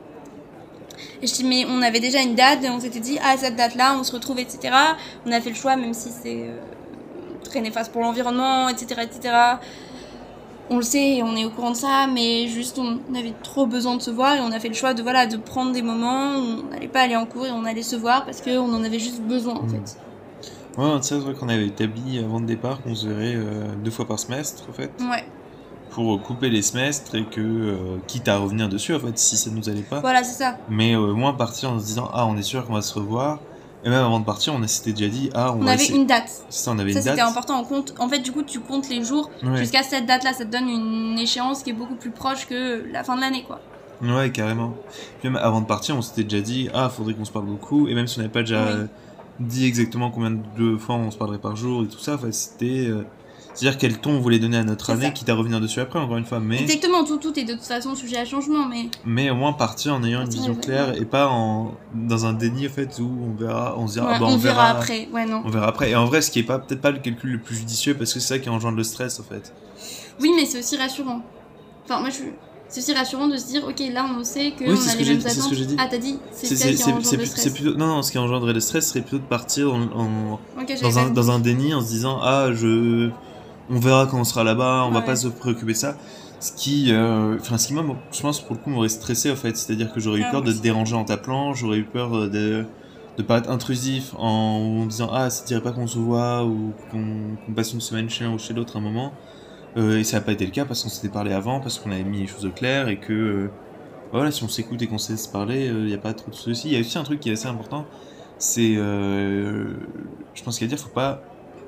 Et je dis mais on avait déjà une date et on s'était dit à cette date là on se retrouve et cetera. On a fait le choix même si c'est euh, très néfaste pour l'environnement et cetera et cetera. On le sait et on est au courant de ça, mais juste on avait trop besoin de se voir et on a fait le choix de voilà de prendre des moments où on n'allait pas aller en cours et on allait se voir parce qu'on en avait juste besoin en mmh. fait. Ouais, c'est vrai qu'on avait établi avant le départ qu'on se verrait euh, deux fois par semestre en fait. Ouais. Pour couper les semestres et que, euh, quitte à revenir dessus en fait, si ça nous allait pas. Voilà, c'est ça. Mais au euh, moins partir en se disant ah on est sûr qu'on va se revoir. Et même avant de partir, on s'était déjà dit ah on, on va avait essayer... une date. Ça, on avait ça une date. C'était important en compte. En fait, du coup, tu comptes les jours ouais. jusqu'à cette date-là. Ça te donne une échéance qui est beaucoup plus proche que la fin de l'année, quoi. Ouais, carrément. Puis même avant de partir, on s'était déjà dit ah faudrait qu'on se parle beaucoup. Et même si on n'avait pas déjà oui. dit exactement combien de fois on se parlerait par jour et tout ça, enfin, c'était euh... c'est-à-dire quel ton on voulait donner à notre c'est année, ça. Quitte à revenir dessus après, encore une fois. Mais... Exactement, tout, tout est de toute façon sujet à changement, mais... Mais au moins partir en ayant une vision claire et pas en... dans un déni, en fait, où on verra, on se dira, ouais, ah bah, on, on verra, verra après, ouais, non. On verra après. Et en vrai, ce qui est pas, peut-être pas le calcul le plus judicieux, parce que c'est ça qui engendre le stress, en fait. Oui, mais c'est aussi rassurant. Enfin, moi, je c'est aussi rassurant de se dire, ok, là, on sait qu'on oui, a les mêmes attentes. C'est ce que j'ai dit. Ah, t'as dit, c'est, c'est ça qui engendre le stress. Plutôt... Non, non, ce qui engendrerait le stress serait plutôt de partir en, en... Okay, dans, un, dans un déni en se disant, ah, je... on verra quand on sera là-bas, on ouais. va pas se préoccuper de ça. Ce qui, euh... enfin, ce qui moi, je pense, pour le coup, m'aurait stressé, en fait. C'est-à-dire que j'aurais eu peur ah, de te déranger en t'appelant, j'aurais eu peur de, de paraître intrusif en me disant, ah, ça te dirait pas qu'on se voit ou qu'on, qu'on passe une semaine chez l'un ou chez l'autre un moment. Euh, et ça n'a pas été le cas parce qu'on s'était parlé avant, parce qu'on avait mis les choses au clair et que, euh, voilà, si on s'écoute et qu'on sait se parler, il euh, n'y a pas trop de soucis. Il y a aussi un truc qui est assez important, c'est, euh, je pense qu'il y a à dire, faut pas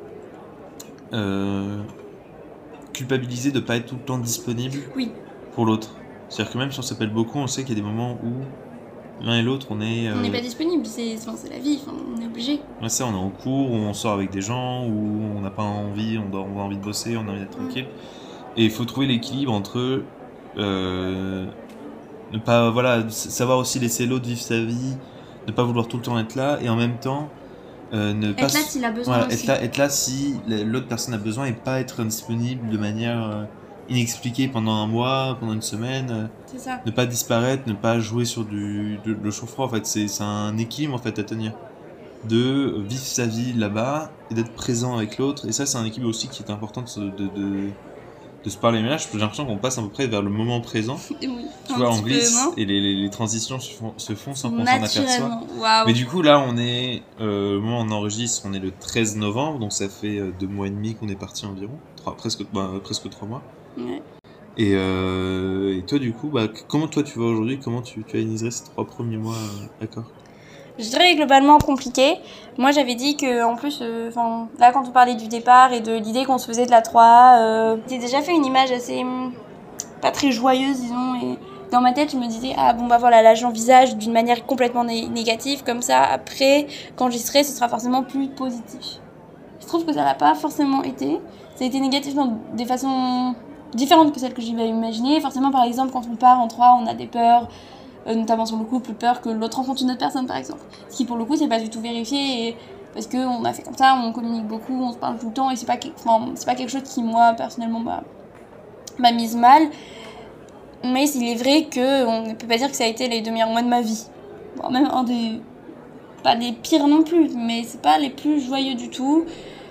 euh, culpabiliser de pas être tout le temps disponible oui. pour l'autre. C'est-à-dire que même si on s'appelle beaucoup, on sait qu'il y a des moments où l'un et l'autre, on est... Euh... On n'est pas disponible, c'est, enfin, c'est la vie, enfin, on est obligé. Ouais, ça, on est en cours, où on sort avec des gens, où on n'a pas envie, on, doit, on a envie de bosser, on a envie d'être mmh. tranquille. Et il faut trouver l'équilibre entre... Euh, ne pas, voilà, savoir aussi laisser l'autre vivre sa vie, ne pas vouloir tout le temps être là, et en même temps... Euh, ne être pas, là s'il a besoin voilà, aussi. Être là, être là si l'autre personne a besoin et pas être indisponible de manière... Euh, inexpliqué pendant un mois, pendant une semaine, c'est ça. Ne pas disparaître, ne pas jouer sur du de, le chaud-froid, en fait, c'est, c'est un équilibre en fait à tenir, de vivre sa vie là-bas et d'être présent avec l'autre, et ça c'est un équilibre aussi qui est important de, de, de, de se parler, mais là j'ai l'impression qu'on passe à peu près vers le moment présent. Oui, tu vois, on glisse et les, les, les transitions se font, se font sans qu'on s'en aperçoive. Wow. Mais du coup, là, on est, euh, au moment où on enregistre, on est le treize novembre, donc ça fait euh, deux mois et demi qu'on est parti environ, trois, presque, bah, presque trois mois. Ouais. Et, euh, et toi, du coup, bah, comment toi tu vas aujourd'hui? Comment tu, tu analyserais ces trois premiers mois euh, d'accord? Je dirais globalement compliqué. Moi, j'avais dit que, en plus, euh, là, quand on parlait du départ et de l'idée qu'on se faisait de la trois A, euh, j'ai déjà fait une image assez hum, pas très joyeuse, disons. Et dans ma tête, je me disais, ah bon, bah voilà, là, j'envisage d'une manière complètement né- négative. Comme ça, après, quand j'y serai, ce sera forcément plus positif. Je trouve que ça n'a pas forcément été. Ça a été négatif dans des façons différentes que celles que j'avais imaginées. Forcément, par exemple, quand on part en trois, on a des peurs. Euh, notamment sur le couple, peur que l'autre rencontre une autre personne par exemple. Ce qui pour le coup c'est pas du tout vérifié et parce qu'on a fait comme ça, on communique beaucoup, on se parle tout le temps et c'est pas, que... enfin, c'est pas quelque chose qui moi personnellement m'a, m'a mise mal. Mais il est vrai qu'on ne peut pas dire que ça a été les deux meilleurs mois de ma vie. Bon, même un des... pas des pires non plus, mais c'est pas les plus joyeux du tout.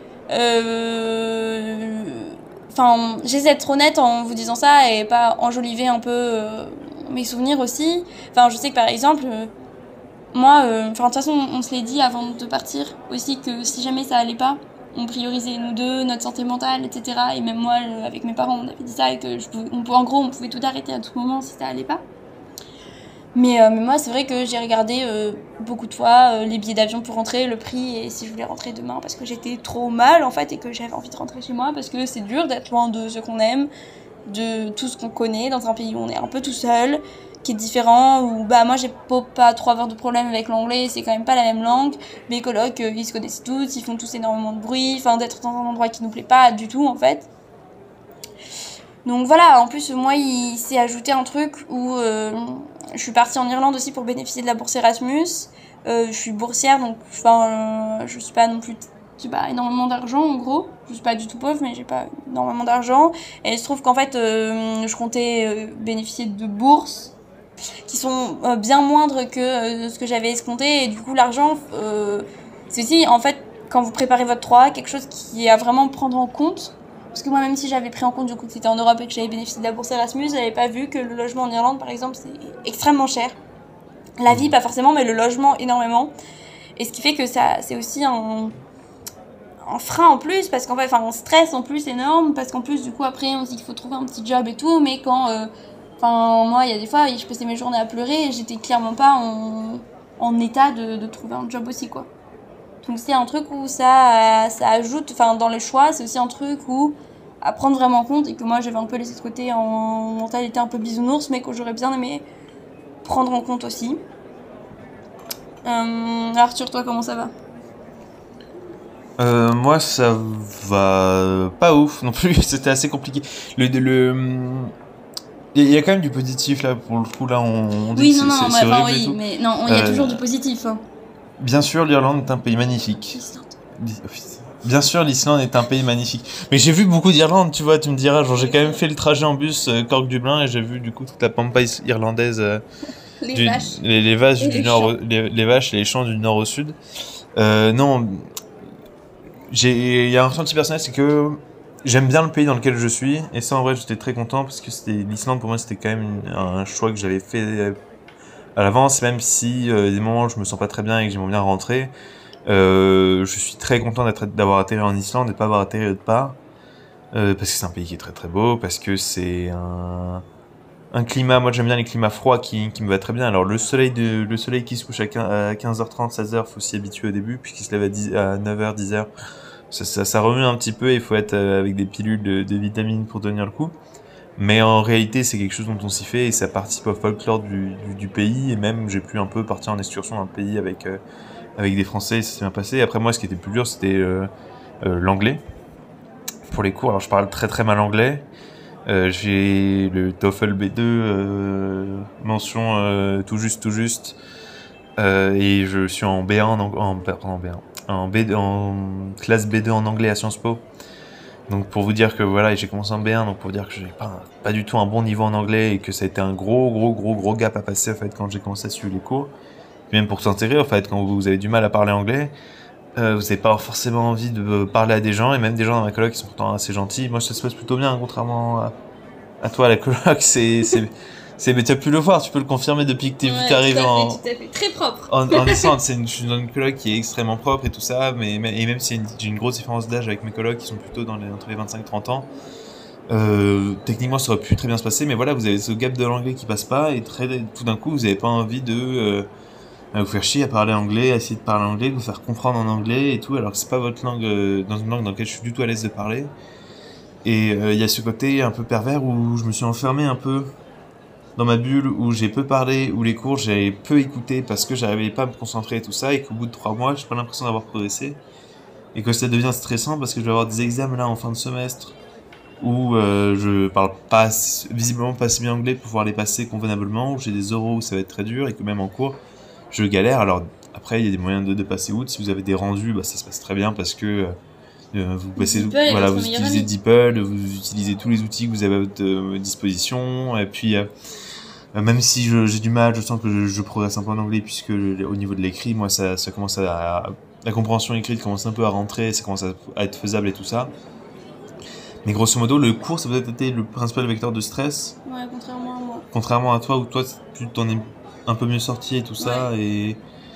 Euh... Enfin, j'essaie d'être honnête en vous disant ça et pas enjoliver un peu... Euh... mes souvenirs aussi. Enfin, je sais que par exemple, euh, moi, euh, enfin, de toute façon, on, on se l'est dit avant de partir aussi que si jamais ça allait pas, on priorisait nous deux, notre santé mentale, et cetera. Et même moi, euh, avec mes parents, on avait dit ça et que je pouvais, on pouvait, en gros, on pouvait tout arrêter à tout moment si ça allait pas. Mais, euh, mais moi, c'est vrai que j'ai regardé euh, beaucoup de fois euh, les billets d'avion pour rentrer, le prix et si je voulais rentrer demain parce que j'étais trop mal en fait et que j'avais envie de rentrer chez moi parce que c'est dur d'être loin de ceux qu'on aime, de tout ce qu'on connaît dans un pays où on est un peu tout seul, qui est différent, où bah moi j'ai pas, pas trop avoir de problème avec l'anglais, c'est quand même pas la même langue, mes colocs euh, ils se connaissent tous, ils font tous énormément de bruit, enfin d'être dans un endroit qui nous plaît pas du tout en fait. Donc voilà, en plus moi il s'est ajouté un truc où euh, je suis partie en Irlande aussi pour bénéficier de la bourse Erasmus, euh, je suis boursière donc enfin euh, je suis pas non plus j'ai pas énormément d'argent en gros, je suis pas du tout pauvre mais j'ai pas énormément d'argent et il se trouve qu'en fait euh, je comptais euh, bénéficier de bourses qui sont euh, bien moindres que euh, ce que j'avais escompté et du coup l'argent euh, c'est aussi en fait quand vous préparez votre trois A quelque chose qui est à vraiment prendre en compte parce que moi même si j'avais pris en compte du coup que c'était en Europe et que j'avais bénéficié de la bourse Erasmus, j'avais pas vu que le logement en Irlande par exemple c'est extrêmement cher, la vie pas forcément mais le logement énormément et ce qui fait que ça c'est aussi un un frein en plus parce qu'en fait enfin un stress en plus énorme parce qu'en plus du coup après on se dit qu'il faut trouver un petit job et tout mais quand enfin euh, moi il y a des fois je passais mes journées à pleurer et j'étais clairement pas en, en état de, de trouver un job aussi quoi. Donc c'est un truc où ça ça ajoute enfin dans les choix c'est aussi un truc où à prendre vraiment en compte et que moi j'avais un peu laissé de côté en mentalité un peu bisounours mais que j'aurais bien aimé prendre en compte aussi. euh, Arthur toi comment ça va? Euh, moi, ça va pas ouf non plus. C'était assez compliqué. Le, le, il y a quand même du positif là. Pour le coup, là, on, on dit oui, que non, c'est, non, c'est, mais, c'est enfin, horrible oui, et tout. mais non, il y a Euh, toujours du positif. Hein. Bien sûr, l'Irlande est un pays magnifique. Bien sûr, l'Islande est un pays magnifique. Mais j'ai vu beaucoup d'Irlande, tu vois. Tu me diras, genre, j'ai quand même fait le trajet en bus euh, Cork-Dublin et j'ai vu du coup toute la pampa is- irlandaise. Euh, Les du, vaches. les, les vaches Et du les nord, champs. au- les, les vaches et les champs du nord au sud. Euh, non. J'ai, il y a un ressenti personnel, c'est que j'aime bien le pays dans lequel je suis, et ça en vrai j'étais très content parce que c'était l'Islande pour moi c'était quand même une- un choix que j'avais fait à l'avance, même si euh, il y a des moments où je me sens pas très bien et que j'aimerais bien rentrer. Euh, je suis très content d'être, d'avoir atterri en Islande et de pas avoir atterri autre part, euh, parce que c'est un pays qui est très très beau, parce que c'est un un climat, moi j'aime bien les climats froids qui, qui me va très bien. Alors le soleil de, le soleil qui se couche à quinze heures trente, seize heures, faut s'y habituer au début, puis qui se lève à, dix, à neuf heures, dix heures. Ça, ça, ça remue un petit peu, il faut être avec des pilules de, de vitamines pour tenir le coup. Mais en réalité, c'est quelque chose dont on s'y fait et ça participe au folklore du, du, du pays. Et même, j'ai pu un peu partir en excursion dans le pays avec, euh, avec des Français et ça s'est bien passé. Après, moi, ce qui était plus dur, c'était euh, euh, l'anglais. Pour les cours, alors je parle très très mal anglais. Euh, j'ai le TOEFL B deux, euh, mention euh, tout juste, tout juste, euh, et je suis en B un en, ang- en, pardon, en B un, en, B deux, en classe B deux en anglais à Sciences Po. Donc pour vous dire que voilà, et j'ai commencé en B un, donc pour vous dire que j'ai pas, pas du tout un bon niveau en anglais et que ça a été un gros, gros, gros, gros gap à passer en fait quand j'ai commencé à suivre les cours. Et même pour s'intégrer en fait, quand vous avez du mal à parler anglais. Euh, vous n'avez pas forcément envie de parler à des gens, et même des gens dans ma coloc qui sont pourtant assez gentils. Moi, ça se passe plutôt bien, contrairement à, à toi, la coloc. C'est, c'est, c'est, mais tu as pu le voir, tu peux le confirmer depuis que t'es Ouais, vu arrivé en, tout à fait, très propre. en, en Islande. C'est une, je suis dans une coloc qui est extrêmement propre et tout ça, mais, mais et même si une, j'ai une grosse différence d'âge avec mes colocs qui sont plutôt dans les, entre les vingt-cinq et trente ans, euh, techniquement, ça aurait pu très bien se passer, mais voilà, vous avez ce gap de l'anglais qui passe pas, et très, tout d'un coup, vous n'avez pas envie de, euh, à vous faire chier à parler anglais, à essayer de parler anglais, de vous faire comprendre en anglais et tout, alors que c'est pas votre langue, euh, dans une langue dans laquelle je suis du tout à l'aise de parler. Et il euh, y a ce côté un peu pervers où je me suis enfermé un peu dans ma bulle, où j'ai peu parlé, où les cours j'ai peu écouté parce que j'arrivais pas à me concentrer et tout ça, et qu'au bout de trois mois, j'ai pas l'impression d'avoir progressé. Et que ça devient stressant parce que je vais avoir des examens là en fin de semestre où euh, je parle pas, visiblement pas assez bien anglais pour pouvoir les passer convenablement, où j'ai des oraux où ça va être très dur, et que même en cours, je galère. Alors après, il y a des moyens de, de passer outre. Si vous avez des rendus, bah, ça se passe très bien parce que euh, vous passez, DeepL, voilà, votre vous meilleur utilisez ami. DeepL, vous utilisez tous les outils que vous avez à votre euh, disposition. Et puis, euh, euh, même si je, j'ai du mal, je sens que je, je progresse un peu en anglais puisque le- au niveau de l'écrit, moi, ça, ça commence à, la compréhension écrite commence un peu à rentrer, ça commence à, à être faisable et tout ça. Mais grosso modo, le cours, ça peut être été le principal vecteur de stress. Ouais, contrairement à moi. Contrairement à toi, où toi, tu t'en es un peu mieux sorti et tout ça, et,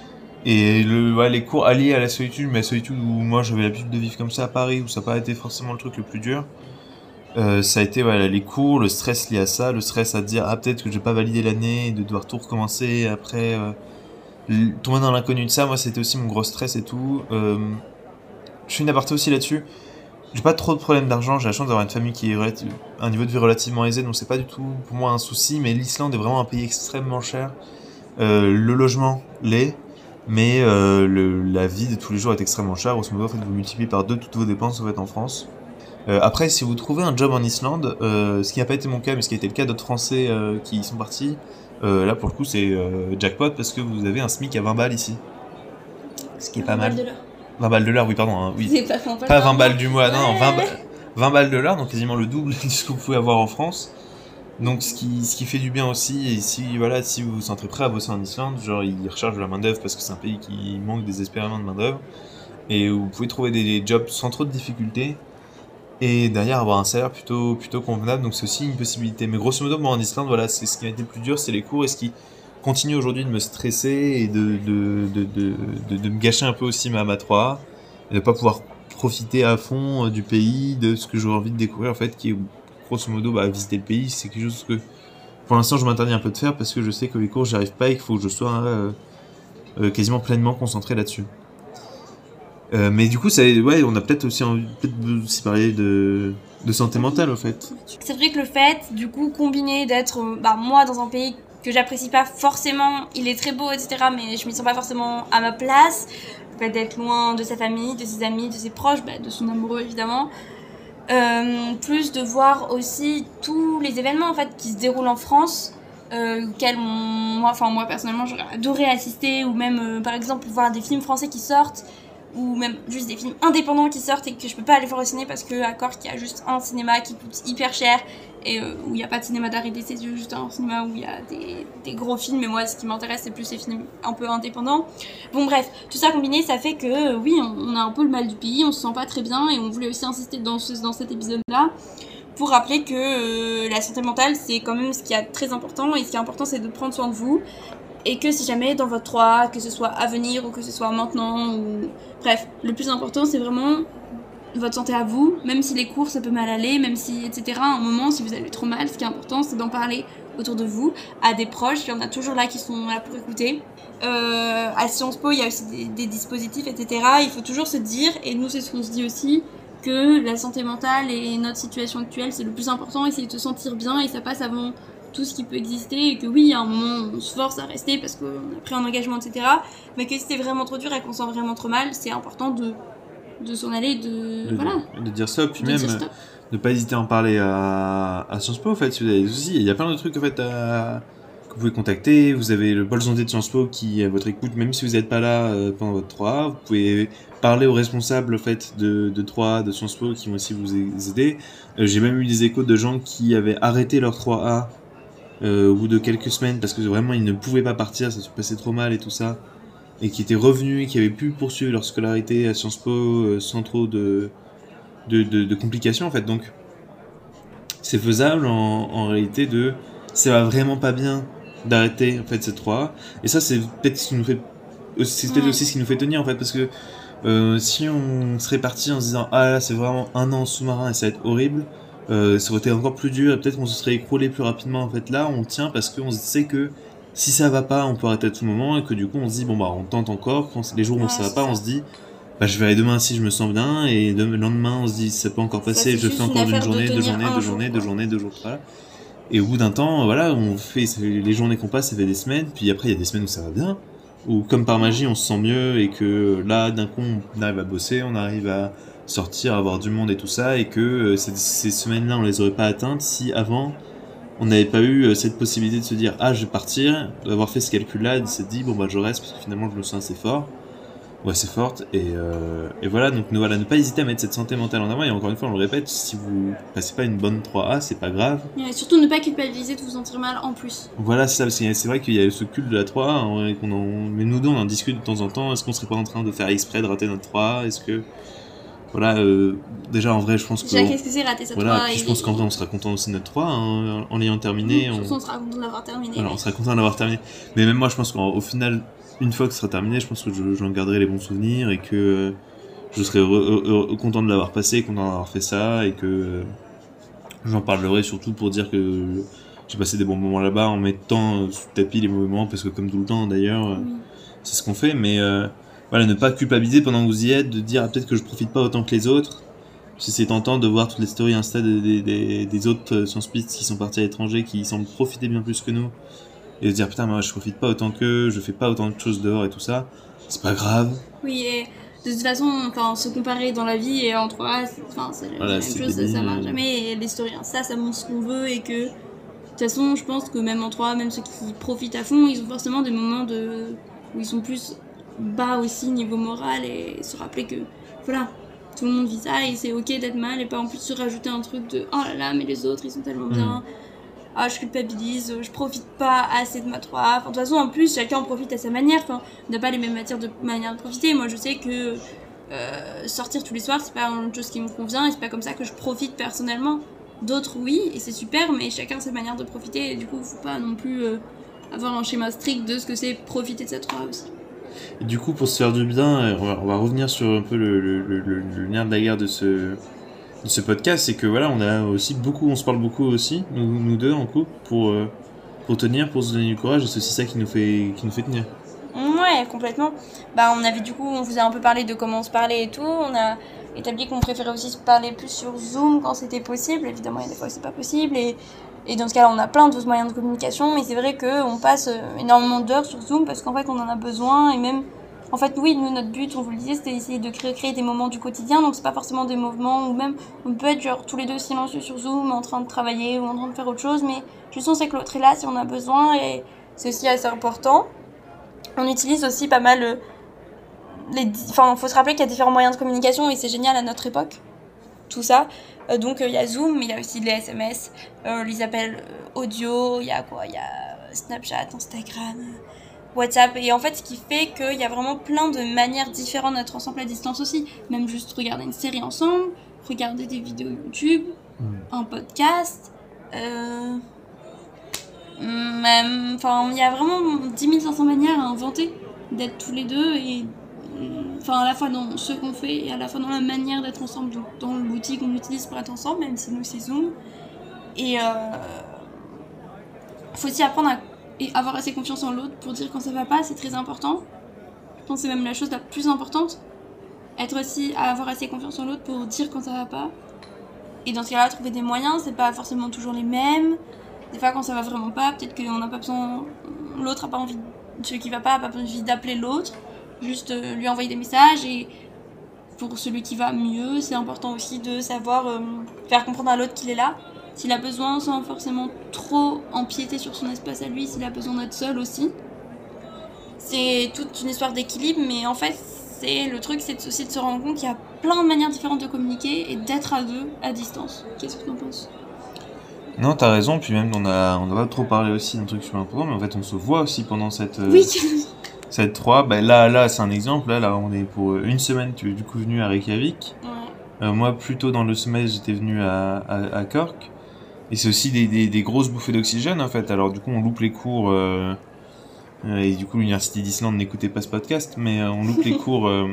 et le, ouais, les cours alliés à la solitude, mais la solitude où moi j'avais l'habitude de vivre comme ça à Paris, où ça n'a pas été forcément le truc le plus dur, euh, ça a été ouais, les cours, le stress lié à ça, le stress à dire, ah peut-être que j'ai pas validé l'année, et de devoir tout recommencer après, euh, l- tomber dans l'inconnu de ça, moi c'était aussi mon gros stress et tout. Euh, je fais une aparté aussi là-dessus. J'ai pas trop de problèmes d'argent, j'ai la chance d'avoir une famille qui est relative, un niveau de vie relativement aisé, donc c'est pas du tout pour moi un souci, mais l'Islande est vraiment un pays extrêmement cher. Euh, le logement l'est, mais euh, le, la vie de tous les jours est extrêmement chère. Grosso modo, en fait, vous multipliez par deux toutes vos dépenses en fait en France. Euh, après, si vous trouvez un job en Islande, euh, ce qui n'a pas été mon cas, mais ce qui a été le cas d'autres Français euh, qui y sont partis, euh, là pour le coup c'est euh, jackpot parce que vous avez un SMIC à vingt balles ici, ce qui est pas mal. De l'heure. vingt balles de l'heure, oui pardon, hein, oui. C'est pas, pas, Pas vingt balles du mois, non, non, Ouais. vingt, ba- vingt balles de l'heure, donc quasiment le double de ce que vous pouvez avoir en France. Donc ce qui, ce qui fait du bien aussi, et si, voilà, si vous vous sentez prêt à bosser en Islande, genre ils recherchent de la main d'œuvre parce que c'est un pays qui manque désespérément de main d'œuvre, et vous pouvez trouver des jobs sans trop de difficultés, et derrière avoir un salaire plutôt, plutôt convenable, donc c'est aussi une possibilité. Mais grosso modo, moi en Islande, voilà, c'est ce qui m'a été le plus dur, c'est les cours, et ce qui continue aujourd'hui de me stresser et de, de, de, de, de, de me gâcher un peu aussi ma, ma trois A, et de pas pouvoir profiter à fond euh, du pays, de ce que j'aurais envie de découvrir en fait, qui est grosso modo bah, visiter le pays. C'est quelque chose que pour l'instant je m'interdis un peu de faire parce que je sais que les cours j'y arrive pas et qu'il faut que je sois euh, euh, quasiment pleinement concentré là-dessus. Euh, mais du coup, ça, ouais, on a peut-être aussi envie peut-être de aussi parler de, de santé mentale en fait. C'est vrai que le fait, du coup, combiné d'être, euh, bah, moi, dans un pays que j'apprécie pas forcément, il est très beau, et cetera, mais je m'y sens pas forcément à ma place. Le fait d'être loin de sa famille, de ses amis, de ses proches, bah, de son amoureux, évidemment. Euh, plus de voir aussi tous les événements, en fait, qui se déroulent en France, euh, auxquels on- moi, enfin, moi, personnellement, j'aurais adoré assister, ou même, euh, par exemple, voir des films français qui sortent, ou même juste des films indépendants qui sortent et que je peux pas aller voir au ciné parce que à Cork il y a juste un cinéma qui coûte hyper cher et euh, où il n'y a pas de cinéma d'arrêt d'essai, c'est juste un cinéma où il y a des, des gros films, mais moi ce qui m'intéresse c'est plus les films un peu indépendants. Bon bref, tout ça combiné ça fait que euh, oui on, on a un peu le mal du pays, on se sent pas très bien et on voulait aussi insister dans, ce, dans cet épisode là pour rappeler que euh, la santé mentale c'est quand même ce qui est très important et ce qui est important c'est de prendre soin de vous. Et que si jamais dans votre trois A, que ce soit à venir ou que ce soit maintenant, ou... bref, le plus important c'est vraiment votre santé à vous, même si les cours ça peut mal aller, même si, et cetera. À un moment, si vous allez trop mal, ce qui est important c'est d'en parler autour de vous, à des proches, il y en a toujours là qui sont là pour écouter. Euh, à Sciences Po, il y a aussi des, des dispositifs, et cetera. Il faut toujours se dire, et nous c'est ce qu'on se dit aussi, que la santé mentale et notre situation actuelle c'est le plus important, essayer de se sentir bien et ça passe avant tout ce qui peut exister et que oui, à un moment on se force à rester parce qu'on a pris un engagement, et cetera. Mais que si c'est vraiment trop dur et qu'on sent vraiment trop mal, c'est important de, de s'en aller, de, De, voilà, de dire stop, puis de même dire euh, stop. ne pas hésiter à en parler à, à Sciences Po en fait, si vous avez des soucis. Il y a plein de trucs en fait à, que vous pouvez contacter. Vous avez le pôle santé de Sciences Po qui est à votre écoute, même si vous n'êtes pas là euh, pendant votre trois A. Vous pouvez parler aux responsables en fait, de, de trois A, de Sciences Po qui vont aussi vous aider. Euh, j'ai même eu des échos de gens qui avaient arrêté leur trois A euh, au bout de quelques semaines parce que vraiment ils ne pouvaient pas partir, ça se passait trop mal et tout ça. et qui étaient revenus et qui avaient pu poursuivre leur scolarité à Sciences Po euh, sans trop de, de, de, de complications en fait. Donc c'est faisable en, en réalité de, ça va vraiment pas bien d'arrêter en fait cette trois A. Et ça c'est peut-être ce qui nous fait, c'est peut-être aussi ce qui nous fait tenir en fait, parce que euh, si on serait parti en se disant ah là c'est vraiment un an en sous-marin et ça va être horrible, euh, ça aurait été encore plus dur et peut-être qu'on se serait écroulé plus rapidement. En fait là on tient parce qu'on sait que si ça va pas on peut arrêter à tout moment et que du coup on se dit bon bah on tente encore. Quand les jours où Ouais, ça va c'est pas ça. on se dit bah je vais aller demain si je me sens bien, et le lendemain on se dit ça peut encore Ça, passer, c'est je juste fais une encore une affaire de journée, deux tenir journées, un deux jour, journées, quoi. deux journées, deux jours, voilà. Et au bout d'un temps, voilà, on fait ça fait- les journées qu'on passe, ça fait des semaines, puis après il y a des semaines où ça va bien, où comme par magie on se sent mieux et que là d'un coup on arrive à bosser, on arrive à sortir, à avoir du monde et tout ça, et que euh, ces, ces semaines-là on les aurait pas atteintes si avant on n'avait pas eu euh, cette possibilité de se dire ah je vais partir, d'avoir fait ce calcul-là, de se dire bon bah je reste parce que finalement je me sens assez fort, ou assez forte, et, euh, et voilà, donc ne, voilà, ne pas hésiter à mettre cette santé mentale en avant, et encore une fois on le répète, si vous passez pas une bonne trois A c'est pas grave. Et surtout ne pas culpabiliser de vous sentir mal en plus. Voilà, c'est ça, parce que c'est vrai qu'il y a ce culte de la trois A, hein, et qu'on en, mais nous deux on en discute de temps en temps, est-ce qu'on serait pas en train de faire exprès de rater notre trois A, est-ce que, voilà, euh, déjà en vrai je pense que, Déjà, qu'est-ce que c'est rater cette voilà, trois puis je pense qu'en vrai on sera content aussi de notre trois A, hein, en l'ayant terminé, on, Surtout, on sera content de l'avoir terminé. voilà, mais- on sera content de l'avoir terminé, mais même moi je pense qu'au final, une fois que ce sera terminé, je pense que je- j'en garderai les bons souvenirs, et que euh, je serai heureux- heureux- content de l'avoir passé, content d'avoir fait ça, et que euh, j'en parlerai surtout pour dire que j'ai passé des bons moments là-bas en mettant euh, sous le tapis les mauvais moments, parce que comme tout le temps d'ailleurs, euh, Oui. c'est ce qu'on fait, mais euh, voilà, ne pas culpabiliser pendant que vous y êtes, de dire ah, peut-être que je profite pas autant que les autres, parce que c'est tentant de voir toutes les stories Insta des, des, des, des autres euh, Sciences Po qui sont partis à l'étranger, qui semblent profiter bien plus que nous, et de dire putain moi je profite pas autant qu'eux, je fais pas autant de choses dehors et tout ça, c'est pas grave. Oui, et de toute façon, enfin, se comparer dans la vie et en trois A, c'est enfin, c'est la Voilà, même c'est chose, ça, ça débile. marche jamais. Et les stories Insta, ça montre ce qu'on veut, et que de toute façon, je pense que même en trois A, même ceux qui profitent à fond, ils ont forcément des moments de où ils sont plus bas aussi niveau moral, et se rappeler que voilà, tout le monde vit ça et c'est ok d'être mal, et pas en plus se rajouter un truc de oh là là, mais les autres ils sont tellement bien. Ah, je culpabilise, je profite pas assez de ma trois A. Enfin, de toute façon, en plus, chacun en profite à sa manière. Enfin, on n'a pas les mêmes matières de manière de profiter. Moi, je sais que euh, sortir tous les soirs, c'est pas une chose qui me convient, et c'est pas comme ça que je profite personnellement. D'autres, oui, et c'est super, mais chacun sa manière de profiter. Et du coup, faut pas non plus euh, avoir un schéma strict de ce que c'est profiter de sa trois A aussi. Et du coup, pour se faire du bien, on va, on va revenir sur un peu le, le, le, le, le nerf de la guerre de ce, de ce podcast, c'est que voilà, on a aussi beaucoup, on se parle beaucoup aussi, nous, nous deux en couple, pour, euh, pour tenir, pour se donner du courage, et c'est aussi ça qui nous fait, qui nous fait tenir. Ouais, complètement. Bah, on avait du coup, on vous a un peu parlé de comment on se parlait et tout. On a établi qu'on préférait aussi se parler plus sur Zoom quand c'était possible. Évidemment, il y a des fois où c'est pas possible. Et, et dans ce cas-là, on a plein d'autres moyens de communication. Mais c'est vrai qu'on passe énormément d'heures sur Zoom parce qu'en fait, on en a besoin. Et même, en fait, oui, nous, notre but, on vous le disait, c'était d'essayer de créer, créer des moments du quotidien. Donc, c'est pas forcément des moments où même on peut être genre tous les deux silencieux sur Zoom, en train de travailler ou en train de faire autre chose. Mais juste, on sait que l'autre est là si on a besoin. Et c'est aussi assez important. On utilise aussi pas mal euh, les enfin faut se rappeler qu'il y a différents moyens de communication, et c'est génial à notre époque tout ça. Euh, donc il euh, y a Zoom, mais il y a aussi les S M S, euh, les appels euh, audio, il y a quoi, il y a Snapchat, Instagram, euh, WhatsApp, et en fait ce qui fait qu'il y a vraiment plein de manières différentes d'être ensemble à distance aussi, même juste regarder une série ensemble, regarder des vidéos YouTube, mmh. un podcast, euh... Même, enfin, il y a vraiment dix mille cinq cents manières à inventer d'être tous les deux, et enfin à la fois dans ce qu'on fait et à la fois dans la manière d'être ensemble, donc dans l'outil qu'on utilise pour être ensemble, même si nous c'est Zoom. Et euh, faut aussi apprendre à et avoir assez confiance en l'autre pour dire quand ça va pas, c'est très important. Je pense que c'est même la chose la plus importante. Être aussi à avoir assez confiance en l'autre pour dire quand ça va pas. Et dans ce cas-là, trouver des moyens, c'est pas forcément toujours les mêmes. Des fois, quand ça va vraiment pas, peut-être qu'on n'a pas besoin. L'autre a pas envie. Celui qui va pas a pas envie d'appeler l'autre. Juste euh, lui envoyer des messages. Et pour celui qui va mieux, c'est important aussi de savoir euh, faire comprendre à l'autre qu'il est là. S'il a besoin, sans forcément trop empiéter sur son espace à lui, s'il a besoin d'être seul aussi. C'est toute une histoire d'équilibre, mais en fait, c'est le truc, c'est aussi de se rendre compte qu'il y a plein de manières différentes de communiquer et d'être à deux à distance. Qu'est-ce que tu en penses ? Non, t'as raison, puis même on a on n'a pas trop parlé aussi d'un truc super important, mais en fait on se voit aussi pendant cette euh, Oui. Ça va être trois. Bah, là, là c'est un exemple. Là, là, on est pour une semaine, tu es du coup venu à Reykjavik. Ouais. Euh, moi, plus tôt dans le semestre, j'étais venu à, à, à Cork. Et c'est aussi des, des, des grosses bouffées d'oxygène, en fait. Alors, du coup, on loupe les cours. Euh, euh, et du coup, l'Université d'Islande n'écoutait pas ce podcast, mais euh, on loupe les cours euh,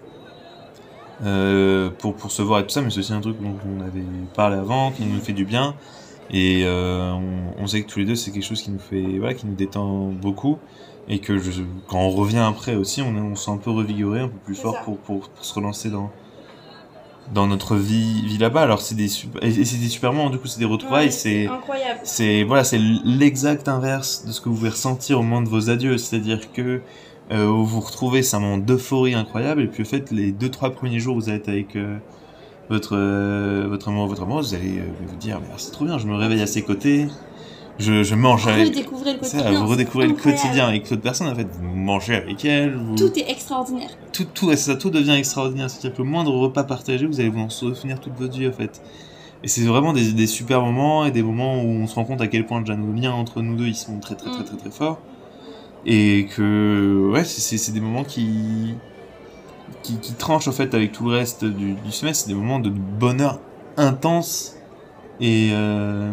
euh, pour, pour se voir et tout ça. Mais c'est aussi un truc dont on avait parlé avant, qui nous fait du bien. Et euh, on, on sait que tous les deux, c'est quelque chose qui nous fait, voilà, qui nous détend beaucoup. Et que je, quand on revient après aussi, on, on se sent un peu revigoré, un peu plus fort pour, pour, pour se relancer dans. dans notre vie, vie là-bas. Alors c'est des super, et c'est des super moments, du coup c'est des retrouvailles, Ouais, c'est incroyable. c'est voilà, c'est l'exact inverse de ce que vous pouvez ressentir au moment de vos adieux, c'est-à-dire que euh, vous vous retrouvez, c'est un moment d'euphorie incroyable, et puis en fait les deux trois premiers jours vous êtes avec euh, votre euh, votre amour, votre amour, vous allez euh, vous dire mais c'est trop bien, je me réveille à ses côtés. Je, je mange avec... Redécouvrez le C'est quotidien. ça, vous redécouvrez le incroyable. quotidien avec d'autres personnes, en fait. Vous mangez avec elles. Vous... Tout est extraordinaire. Tout, tout, ouais, ça, tout devient extraordinaire. C'est-à-dire que le moindre repas partagé, vous allez vous en souvenir toute votre vie, en fait. Et c'est vraiment des, des super moments et des moments où on se rend compte à quel point déjà nos liens entre nous deux, ils sont très, très, très, très, très, très forts. Et que, ouais, c'est, c'est des moments qui, qui, qui tranchent, en fait, avec tout le reste du, du semestre. C'est des moments de bonheur intense et... Euh,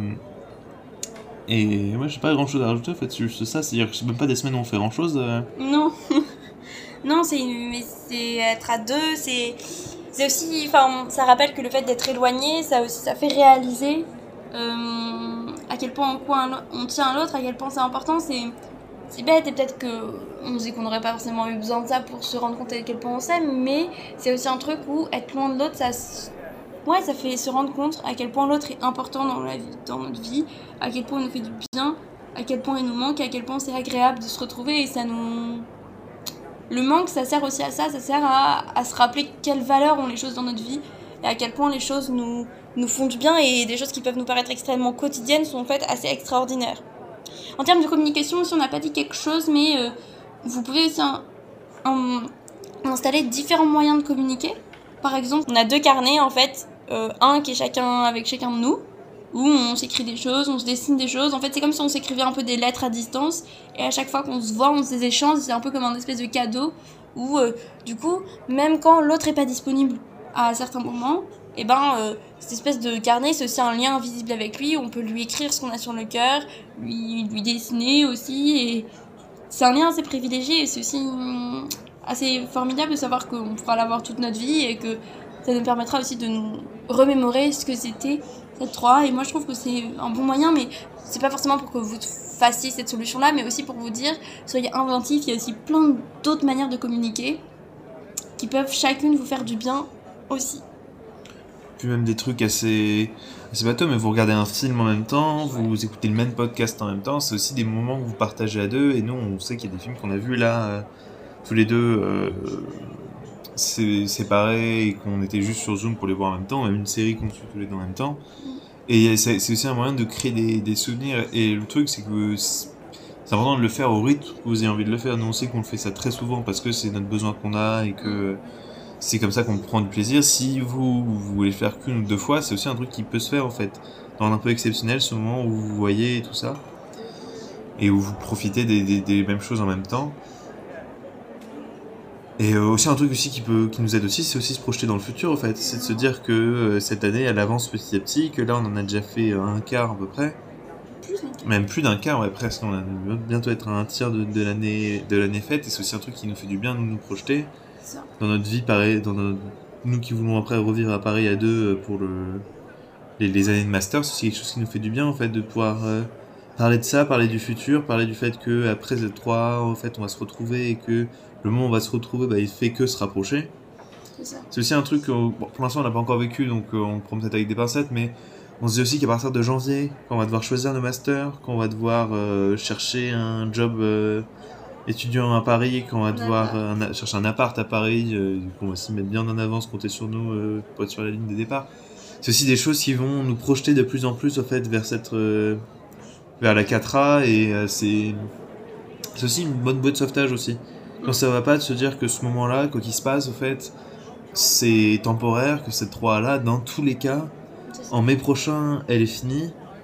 Et moi, j'ai pas grand chose à rajouter en fait, c'est juste ça, c'est-à-dire que c'est même pas des semaines où on fait grand chose. Euh... Non, non, c'est mais c'est être à deux, c'est c'est aussi, enfin, ça rappelle que le fait d'être éloigné, ça aussi, ça fait réaliser euh, à quel point on, on tient à l'autre, à quel point c'est important. C'est c'est bête et peut-être que on se dit qu'on n'aurait pas forcément eu besoin de ça pour se rendre compte à quel point on s'aime, mais c'est aussi un truc où être loin de l'autre, ça ouais, ça fait se rendre compte à quel point l'autre est important dans, la vie, dans notre vie, à quel point il nous fait du bien, à quel point il nous manque, à quel point c'est agréable de se retrouver et ça nous... Le manque, ça sert aussi à ça, ça sert à, à se rappeler quelle valeur ont les choses dans notre vie et à quel point les choses nous, nous font du bien et des choses qui peuvent nous paraître extrêmement quotidiennes sont en fait assez extraordinaires. En termes de communication aussi, on n'a pas dit quelque chose, mais euh, vous pouvez aussi un, un, installer différents moyens de communiquer. Par exemple, on a deux carnets en fait. Euh, un qui est chacun avec chacun de nous, où on s'écrit des choses, on se dessine des choses. En fait, c'est comme si on s'écrivait un peu des lettres à distance, et à chaque fois qu'on se voit, on se les échange. C'est un peu comme un espèce de cadeau, où euh, du coup, même quand l'autre est pas disponible à certains moments, et ben euh, cette espèce de carnet, c'est aussi un lien invisible avec lui, où on peut lui écrire ce qu'on a sur le cœur, lui, lui dessiner aussi, et c'est un lien assez privilégié, et c'est aussi hum, assez formidable de savoir qu'on pourra l'avoir toute notre vie, et que ça nous permettra aussi de nous remémorer ce que c'était cette trois. Et moi, je trouve que c'est un bon moyen, mais c'est pas forcément pour que vous fassiez cette solution-là, mais aussi pour vous dire, soyez inventifs. Il y a aussi plein d'autres manières de communiquer qui peuvent chacune vous faire du bien aussi. Puis même des trucs assez, assez bateaux, mais vous regardez un film en même temps, vous écoutez le même podcast en même temps, c'est aussi des moments que vous partagez à deux. Et nous, on sait qu'il y a des films qu'on a vus là, euh, tous les deux... Euh, c'est séparés et qu'on était juste sur Zoom pour les voir en même temps, même une série qu'on suit tous les deux en même temps. Et c'est, c'est aussi un moyen de créer des, des souvenirs. Et le truc, c'est que c'est, c'est important de le faire au rythme que vous ayez envie de le faire. Nous, on sait qu'on le fait ça très souvent parce que c'est notre besoin qu'on a et que c'est comme ça qu'on prend du plaisir. Si vous, vous voulez le faire qu'une ou deux fois, c'est aussi un truc qui peut se faire en fait. Dans un peu exceptionnel, ce moment où vous voyez tout ça et où vous profitez des, des, des mêmes choses en même temps. Et euh, aussi un truc aussi qui peut qui nous aide aussi, c'est aussi se projeter dans le futur en fait, c'est de se dire que euh, cette année elle avance petit à petit, que là on en a déjà fait un quart à peu près, Plus d'un quart. même plus d'un quart, ouais presque, on va bientôt être à un tiers de, de l'année de l'année faite, et c'est aussi un truc qui nous fait du bien de nous projeter Ça. dans notre vie, pareil, dans notre, nous qui voulons après revivre à Paris à deux pour le les, les années de master, c'est aussi quelque chose qui nous fait du bien en fait de pouvoir euh, parler de ça, parler du futur, parler du fait que après Z trois en fait on va se retrouver et que le moment où on va se retrouver, bah, il fait que se rapprocher. C'est ça. C'est aussi un truc, euh, bon, pour l'instant on n'a pas encore vécu, donc euh, on le prend peut-être avec des pincettes, mais on se dit aussi qu'à partir de janvier, quand on va devoir choisir nos masters, quand on va devoir euh, chercher un job euh, étudiant à Paris, quand on va devoir euh, un, chercher un appart à Paris, euh, on va s'y mettre bien en avance, compter sur nous euh, pour être sur la ligne de départ. C'est aussi des choses qui vont nous projeter de plus en plus au fait, vers, cette, euh, vers la quatre A, et euh, c'est, c'est aussi une bonne bouée de sauvetage aussi. Quand ça va pas, de se dire que ce moment-là, quoi qu'il se passe, au fait, c'est temporaire, que cette trois A-là, dans tous les cas, en mai prochain, elle est finie.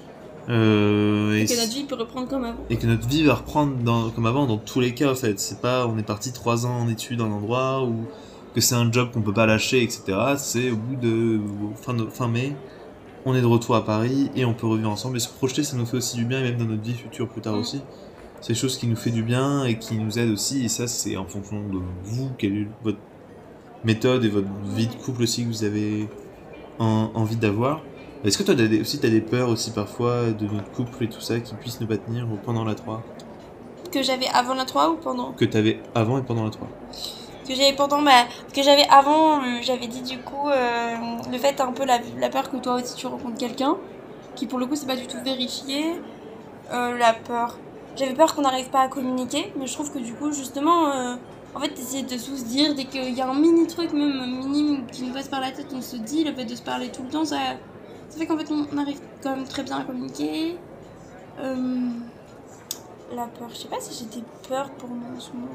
Euh, Et et que notre vie peut reprendre comme avant. et que notre vie va reprendre dans, comme avant dans tous les cas en fait. C'est pas on est parti trois ans en études à un endroit ou que c'est un job qu'on peut pas lâcher, et cetera. C'est au bout de fin, de, fin mai, on est de retour à Paris et on peut revivre ensemble et se projeter, ça nous fait aussi du bien et même dans notre vie future plus tard Mm. aussi. C'est des choses qui nous fait du bien et qui nous aident aussi et ça c'est en fonction de vous, quelle est votre méthode et votre vie de couple aussi que vous avez en, envie d'avoir. Est-ce que toi t'as des, aussi t'as des peurs aussi parfois de notre couple et tout ça qui puissent ne pas tenir pendant la trois? Que j'avais avant la trois ou pendant? Que t'avais avant et pendant la trois? Que j'avais pendant ma... Que j'avais avant, euh, j'avais dit du coup, euh, le fait un peu la, la peur que toi aussi tu rencontres quelqu'un, qui pour le coup c'est pas du tout vérifié. Euh, la peur... J'avais peur qu'on n'arrive pas à communiquer, mais je trouve que du coup justement... Euh, en fait, essayer de tous se dire, dès qu'il y a un mini truc, même minime, qui nous passe par la tête, on se dit, le fait de se parler tout le temps, ça... Ça fait qu'en fait on arrive quand même très bien à communiquer. Euh, la peur, je sais pas si j'ai des peurs pour moi en ce moment.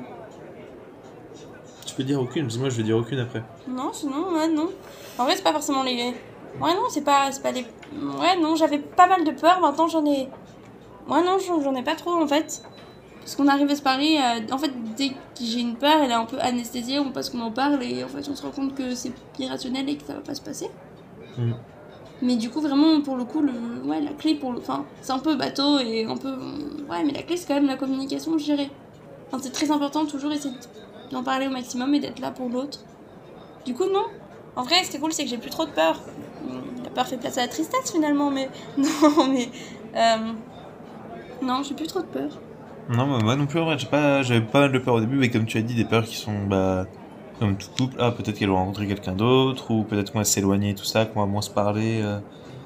Tu peux dire aucune, parce que moi je vais dire aucune après. Non, sinon, ouais, non. En vrai, c'est pas forcément les... Ouais, non, c'est pas, c'est pas les... Ouais, non, j'avais pas mal de peurs, maintenant j'en ai... Ouais, non, j'en, j'en ai pas trop en fait. Parce qu'on arrive à se parler, euh, en fait, dès que j'ai une peur, elle est un peu anesthésiée, on parce qu'on en parle et en fait on se rend compte que c'est irrationnel et que ça va pas se passer. Mm. Mais du coup, vraiment, pour le coup, le, ouais, la clé pour le... Enfin, c'est un peu bateau et un peu... Ouais, mais la clé, c'est quand même la communication, je dirais. Enfin, c'est très important, toujours essayer d'en parler au maximum et d'être là pour l'autre. Du coup, non. En vrai, ce qui est cool, c'est que j'ai plus trop de peur. La peur fait place à la tristesse, finalement, mais... Non, mais... Euh... Non, j'ai plus trop de peur. Non, bah, moi non plus, en vrai, j'ai pas, j'avais pas mal de peur au début, mais comme tu as dit, des peurs qui sont, bah, comme tout couple, ah, peut-être qu'elle va rencontrer quelqu'un d'autre, ou peut-être qu'on va s'éloigner et tout ça, qu'on va moins se parler. Euh...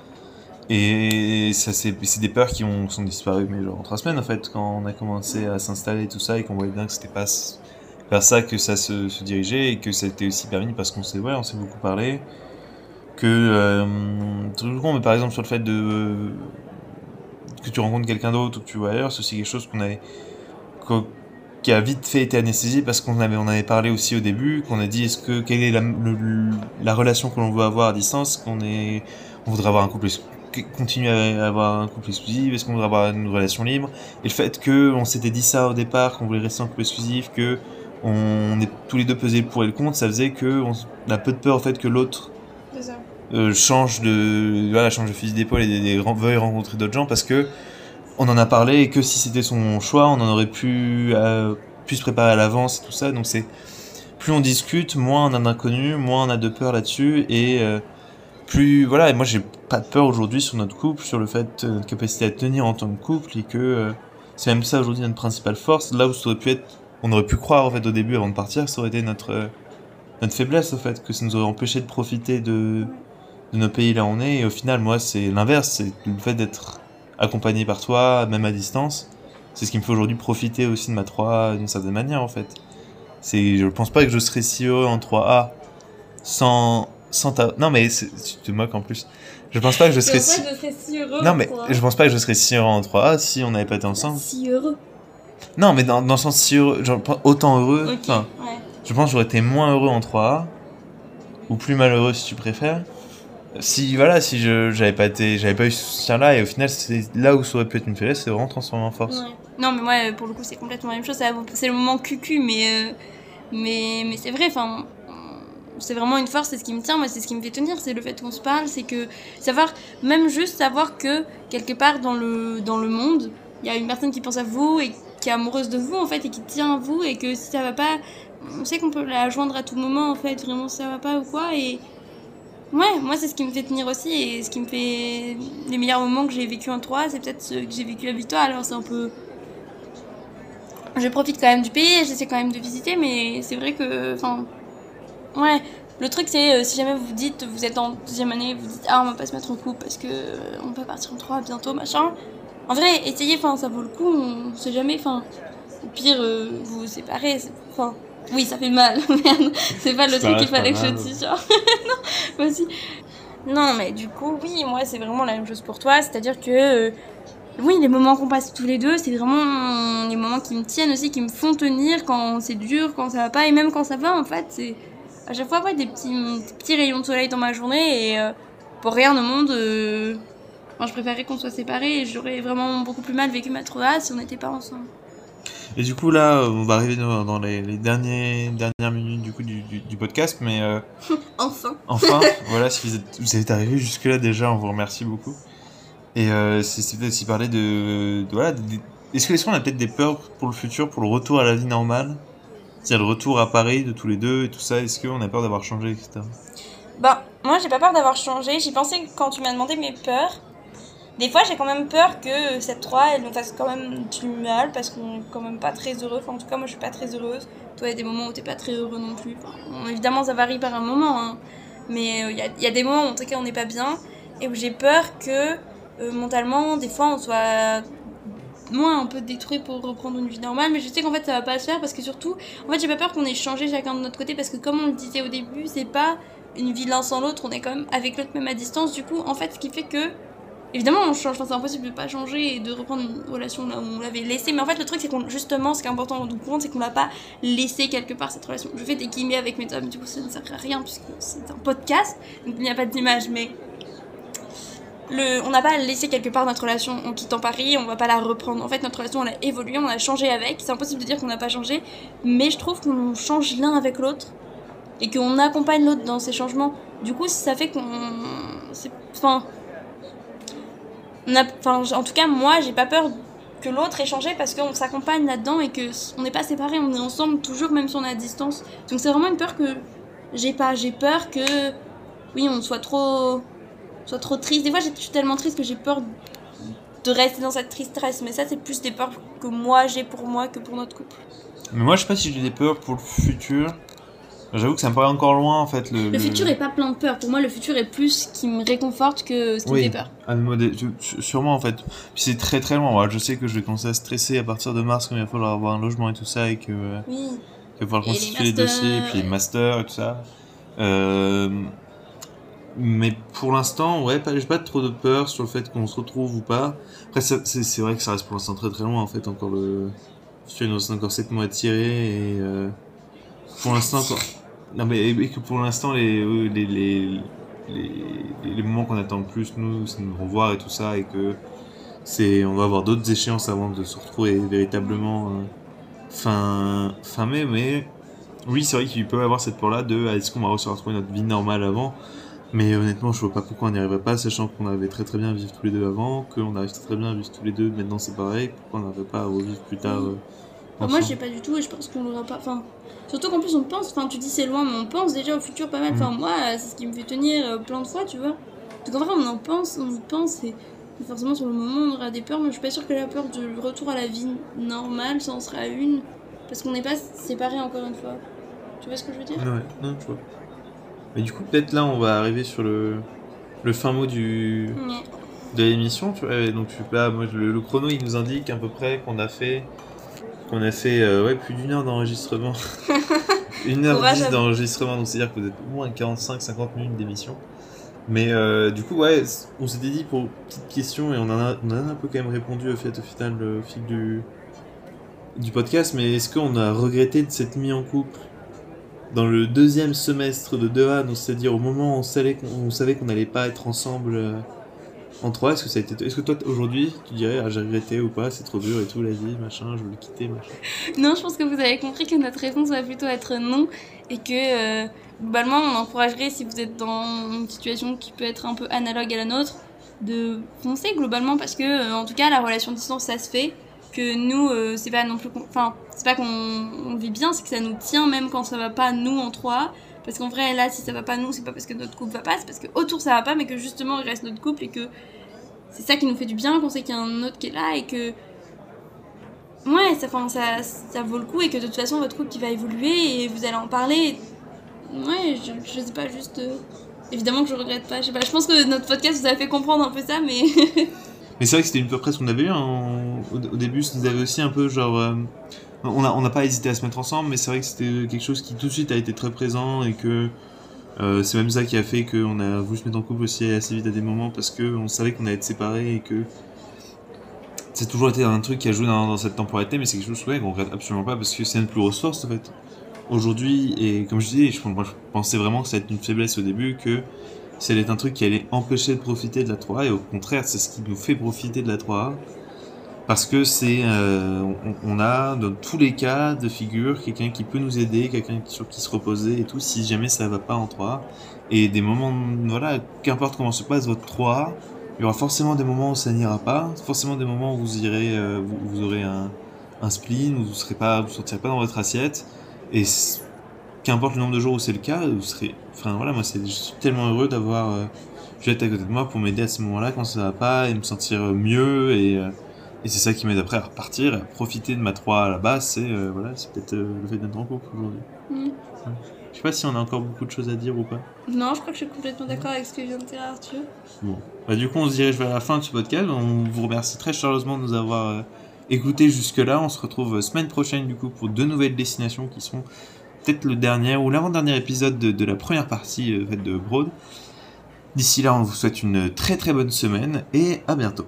Et ça, c'est, c'est des peurs qui ont, sont disparues, mais genre en trois semaines, en fait, quand on a commencé à s'installer et tout ça, et qu'on voyait bien que c'était pas vers ça que ça se, se dirigeait, et que ça a été aussi permis parce qu'on s'est, ouais, on s'est beaucoup parlé. Que, euh, toujours, mais par exemple, sur le fait de, que tu rencontres quelqu'un d'autre ou que tu vois ailleurs, c'est aussi quelque chose qu'on avait, qu'on, qui a vite fait été anesthésié parce qu'on avait, on avait parlé aussi au début, qu'on a dit est-ce que, quelle est la, le, la relation que l'on veut avoir à distance, qu'on est, on voudrait avoir un couple, continuer à avoir un couple exclusif, est-ce qu'on voudrait avoir une relation libre, et le fait que on s'était dit ça au départ, qu'on voulait rester en couple exclusif, que on est tous les deux pesés le pour et le contre, ça faisait que on a peu de peur au fait que l'autre euh, change de, voilà, change de fusil d'épaule et, et, et veuille rencontrer d'autres gens parce que on en a parlé et que si c'était son choix, on en aurait pu, euh, pu se préparer à l'avance et tout ça. Donc c'est plus on discute, moins on a d'inconnus, moins on a de peur là-dessus et euh, plus voilà. Et moi j'ai pas de peur aujourd'hui sur notre couple, sur le fait de notre capacité à tenir en tant que couple et que euh, c'est même ça aujourd'hui notre principale force. Là où ça aurait pu être, on aurait pu croire en fait au début avant de partir, ça aurait été notre euh, notre faiblesse au fait, que ça nous aurait empêché de profiter de de nos pays là où on est. Et au final, moi c'est l'inverse, c'est le fait d'être accompagné par toi, même à distance, c'est ce qui me fait aujourd'hui profiter aussi de ma trois A d'une certaine manière en fait. C'est, je pense pas que je serais si heureux en trois A sans, sans ta... Non mais c'est, tu te moques en plus. Je pense pas que je serais si... Je serais si heureux. Non mais je pense pas que je serais si heureux en trois A si on n'avait pas été ensemble. Si heureux. Non mais dans, dans le sens si heureux, genre autant heureux, Ok, enfin, ouais. je pense que j'aurais été moins heureux en trois A, ou plus malheureux si tu préfères. Si voilà, si je j'avais pas été, j'avais pas eu ce soutien-là, et au final c'est là où ça aurait pu être une faiblesse, c'est vraiment transformé en force. Ouais. Non mais moi pour le coup c'est complètement la même chose, c'est, c'est le moment cucu, mais euh, mais mais c'est vrai, enfin c'est vraiment une force, c'est ce qui me tient, moi c'est ce qui me fait tenir, c'est le fait qu'on se parle, c'est que savoir, même juste savoir que quelque part dans le dans le monde, il y a une personne qui pense à vous et qui est amoureuse de vous en fait et qui tient à vous, et que si ça va pas, on sait qu'on peut la joindre à tout moment en fait, vraiment si ça va pas ou quoi. Et ouais, moi c'est ce qui me fait tenir aussi, et ce qui me fait les meilleurs moments que j'ai vécu en trois, c'est peut-être ceux que j'ai vécu avec toi. Alors c'est un peu, je profite quand même du pays, j'essaie quand même de visiter, mais c'est vrai que, enfin, ouais, le truc c'est euh, si jamais vous dites, vous êtes en deuxième année, vous dites ah on va pas se mettre en couple parce que euh, on va partir en trois bientôt machin. En vrai, essayez, enfin ça vaut le coup, on sait jamais, enfin au pire euh, vous vous séparez, enfin. Oui, ça fait mal, merde. C'est pas le Ça truc qu'il reste fallait pas que je mal. dise, genre. Non, moi aussi. Non, mais du coup, oui, moi, c'est vraiment la même chose pour toi. C'est-à-dire que, euh, oui, les moments qu'on passe tous les deux, c'est vraiment les moments qui me tiennent aussi, qui me font tenir quand c'est dur, quand ça va pas. Et même quand ça va, en fait, c'est à chaque fois, ouais, des petits, des petits rayons de soleil dans ma journée. Et euh, pour rien au monde, euh, Enfin, je préférerais qu'on soit séparés et j'aurais vraiment beaucoup plus mal vécu ma Troa si on n'était pas ensemble. Et du coup, là, on va arriver dans, dans les, les derniers, dernières minutes du, coup, du, du, du podcast, mais... Euh, enfin Enfin, voilà, si vous êtes, vous êtes arrivés jusque-là déjà, on vous remercie beaucoup. Et euh, c'est, c'est peut-être aussi parler de... de voilà, de, de, est-ce que est-ce qu'on a peut-être des peurs pour le futur, pour le retour à la vie normale ? C'est-à-dire le retour à Paris de tous les deux et tout ça, est-ce qu'on a peur d'avoir changé, et cetera. Ben, moi j'ai pas peur d'avoir changé, j'y pensais quand tu m'as demandé mes peurs. Des fois j'ai quand même peur que cette Troa elle nous fasse quand même du mal parce qu'on est quand même pas très heureux, enfin en tout cas moi je suis pas très heureuse. Toi il y a des moments où t'es pas très heureux non plus, enfin, bon, évidemment ça varie par un moment, hein. Mais il euh, y, y a des moments où en tout cas on n'est pas bien et où j'ai peur que euh, mentalement des fois on soit moins un peu détruit pour reprendre une vie normale, mais je sais qu'en fait ça va pas se faire parce que surtout, en fait j'ai pas peur qu'on ait changé chacun de notre côté parce que comme on le disait au début, c'est pas une vie l'un sans l'autre, on est quand même avec l'autre même à distance, du coup en fait ce qui fait que évidemment on change, enfin, c'est impossible de pas changer et de reprendre une relation là où on l'avait laissée, mais en fait le truc c'est qu'on, justement ce qui est important de comprendre c'est qu'on l'a pas laissé quelque part cette relation. Je fais des guillemets avec mes hommes, du coup ça ne sert à rien puisque c'est un podcast, donc il n'y a pas d'image, mais le, on n'a pas laissé quelque part notre relation en quittant Paris, on va pas la reprendre. En fait notre relation elle a évolué, on a changé avec, c'est impossible de dire qu'on n'a pas changé, mais je trouve qu'on change l'un avec l'autre et qu'on accompagne l'autre dans ces changements. Du coup ça fait qu'on... C'est, enfin... On a, enfin, en tout cas, moi, j'ai pas peur que l'autre ait changé parce qu'on s'accompagne là-dedans et qu'on n'est pas séparés, on est ensemble toujours, même si on est à distance. Donc c'est vraiment une peur que j'ai pas. J'ai peur que, oui, on soit trop, soit trop triste. Des fois, je suis tellement triste que j'ai peur de rester dans cette tristesse. Mais ça, c'est plus des peurs que moi, j'ai pour moi que pour notre couple. Mais moi, je sais pas si j'ai des peurs pour le futur. J'avoue que ça me paraît encore loin en fait. Le, le, le futur est pas plein de peur. Pour moi, le futur est plus ce qui me réconforte que ce qui oui. me fait peur. Ah, mais sûrement en fait. Puis c'est très très loin. Voilà, je sais que je vais commencer à stresser à partir de mars quand il va falloir avoir un logement et tout ça et que. Oui. Il va falloir constituer les, les dossiers et puis les masters et tout ça. Euh, mais pour l'instant, ouais, pas, j'ai pas trop de peur sur le fait qu'on se retrouve ou pas. Après, ça, c'est, c'est vrai que ça reste pour l'instant très très loin en fait. Encore le. Il nous reste encore sept mois à tirer et. Euh, pour l'instant, quoi. Non mais et que pour l'instant les les les les, les moments qu'on attend le plus nous c'est de nous revoir et tout ça et que c'est on va avoir d'autres échéances avant de se retrouver véritablement euh, fin fin mai, mais oui c'est vrai qu'il peut y avoir cette peur là de est-ce qu'on va réussir à retrouver notre vie normale avant, mais honnêtement je vois pas pourquoi on n'y arriverait pas, sachant qu'on avait très très bien à vivre tous les deux avant, qu'on arrive très bien à vivre tous les deux maintenant c'est pareil, pourquoi on n'arriverait pas à revivre plus tard euh, enfin, moi j'ai pas du tout et je pense qu'on l'aura pas, enfin surtout qu'en plus on pense, enfin tu dis c'est loin mais on pense déjà au futur pas mal, enfin moi c'est ce qui me fait tenir euh, plein de fois tu vois, donc en vrai on en pense, on y pense et forcément sur le moment on aura des peurs, mais je suis pas sûre que la peur du retour à la vie normale ça en sera une, parce qu'on n'est pas séparés encore une fois, tu vois ce que je veux dire? Ouais, non je vois. Mais du coup peut-être là on va arriver sur le, le fin mot du... Ouais. de l'émission, tu vois, donc là moi, le, le chrono il nous indique à peu près qu'on a fait... qu'on a fait euh, ouais, plus d'une heure d'enregistrement. Une heure dix d'enregistrement, donc c'est-à-dire que vous êtes au moins quarante-cinq à cinquante minutes d'émission. Mais euh, du coup, ouais, on s'était dit pour petite question, et on en a, on en a un peu quand même répondu au fait, au final, au fil du, du podcast, mais est-ce qu'on a regretté de s'être mis en couple dans le deuxième semestre de deux A, donc c'est-à-dire au moment où on savait qu'on, on savait qu'on n'allait pas être ensemble euh, en trois, est-ce que ça a été, est-ce que toi aujourd'hui tu dirais ah j'ai regretté ou pas, c'est trop dur et tout la vie, machin, je veux le quitter, machin? Non, je pense que vous avez compris que notre réponse va plutôt être non et que euh, globalement on encouragerait, si vous êtes dans une situation qui peut être un peu analogue à la nôtre, de foncer globalement, parce que euh, en tout cas la relation distance ça se fait, que nous euh, c'est pas non plus, enfin c'est pas qu'on on vit bien, c'est que ça nous tient même quand ça va pas nous en trois. Parce qu'en vrai, là, si ça va pas nous, c'est pas parce que notre couple va pas, c'est parce que autour ça va pas, mais que justement il reste notre couple et que c'est ça qui nous fait du bien, qu'on sait qu'il y a un autre qui est là et que ouais, ça, enfin, ça, ça vaut le coup et que de toute façon votre couple qui va évoluer et vous allez en parler. Ouais, je, je sais pas, juste euh... évidemment que je regrette pas. Je sais pas, je pense que notre podcast vous a fait comprendre un peu ça, mais mais c'est vrai que c'était une peu près ce qu'on avait eu hein, au, au début, ça nous avait aussi un peu genre. Euh... On n'a on a pas hésité à se mettre ensemble, mais c'est vrai que c'était quelque chose qui tout de suite a été très présent et que euh, c'est même ça qui a fait qu'on a voulu se mettre en couple aussi assez vite à des moments, parce qu'on savait qu'on allait être séparés et que c'est toujours été un truc qui a joué dans, dans cette temporalité, mais c'est quelque chose ouais, qu'on regrette absolument pas parce que c'est notre plus grosse force en fait. Aujourd'hui, et comme je disais, je, moi, je pensais vraiment que ça allait être une faiblesse au début, que ça allait être un truc qui allait empêcher de profiter de la trois A, et au contraire, c'est ce qui nous fait profiter de la trois A. Parce que c'est, euh, on, on a dans tous les cas de figure quelqu'un qui peut nous aider, quelqu'un qui, sur qui se reposer et tout, si jamais ça va pas en trois A. Et des moments, voilà, qu'importe comment se passe votre trois A, il y aura forcément des moments où ça n'ira pas, forcément des moments où vous irez, euh, vous, vous aurez un, un spleen, où vous serez pas, vous sortirez pas dans votre assiette. Et qu'importe le nombre de jours où c'est le cas, vous serez, enfin voilà, moi c'est, je suis tellement heureux d'avoir euh, Juliette à côté de moi pour m'aider à ce moment-là quand ça va pas et me sentir mieux et euh, Et c'est ça qui m'aide après à repartir, à profiter de ma trois à la base, c'est euh, voilà, c'est peut-être euh, le fait d'être en couple aujourd'hui. Mmh. Ouais. Je sais pas si on a encore beaucoup de choses à dire ou pas. Non, je crois que je suis complètement d'accord avec ce que vient de dire Arthur. Bon, bah du coup on se dirige vers la fin de ce podcast, on vous remercie très chaleureusement de nous avoir euh, écoutés jusque-là, on se retrouve semaine prochaine du coup pour deux nouvelles destinations qui seront peut-être le dernier ou l'avant-dernier épisode de, de la première partie euh, de Broad. D'ici là, on vous souhaite une très très bonne semaine et à bientôt.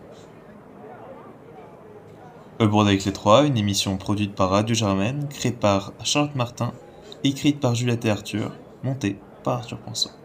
Broad avec les trois, une émission produite par Radio Germaine, créée par Charlotte Martin, écrite par Juliette et Arthur, montée par Arthur Pensant.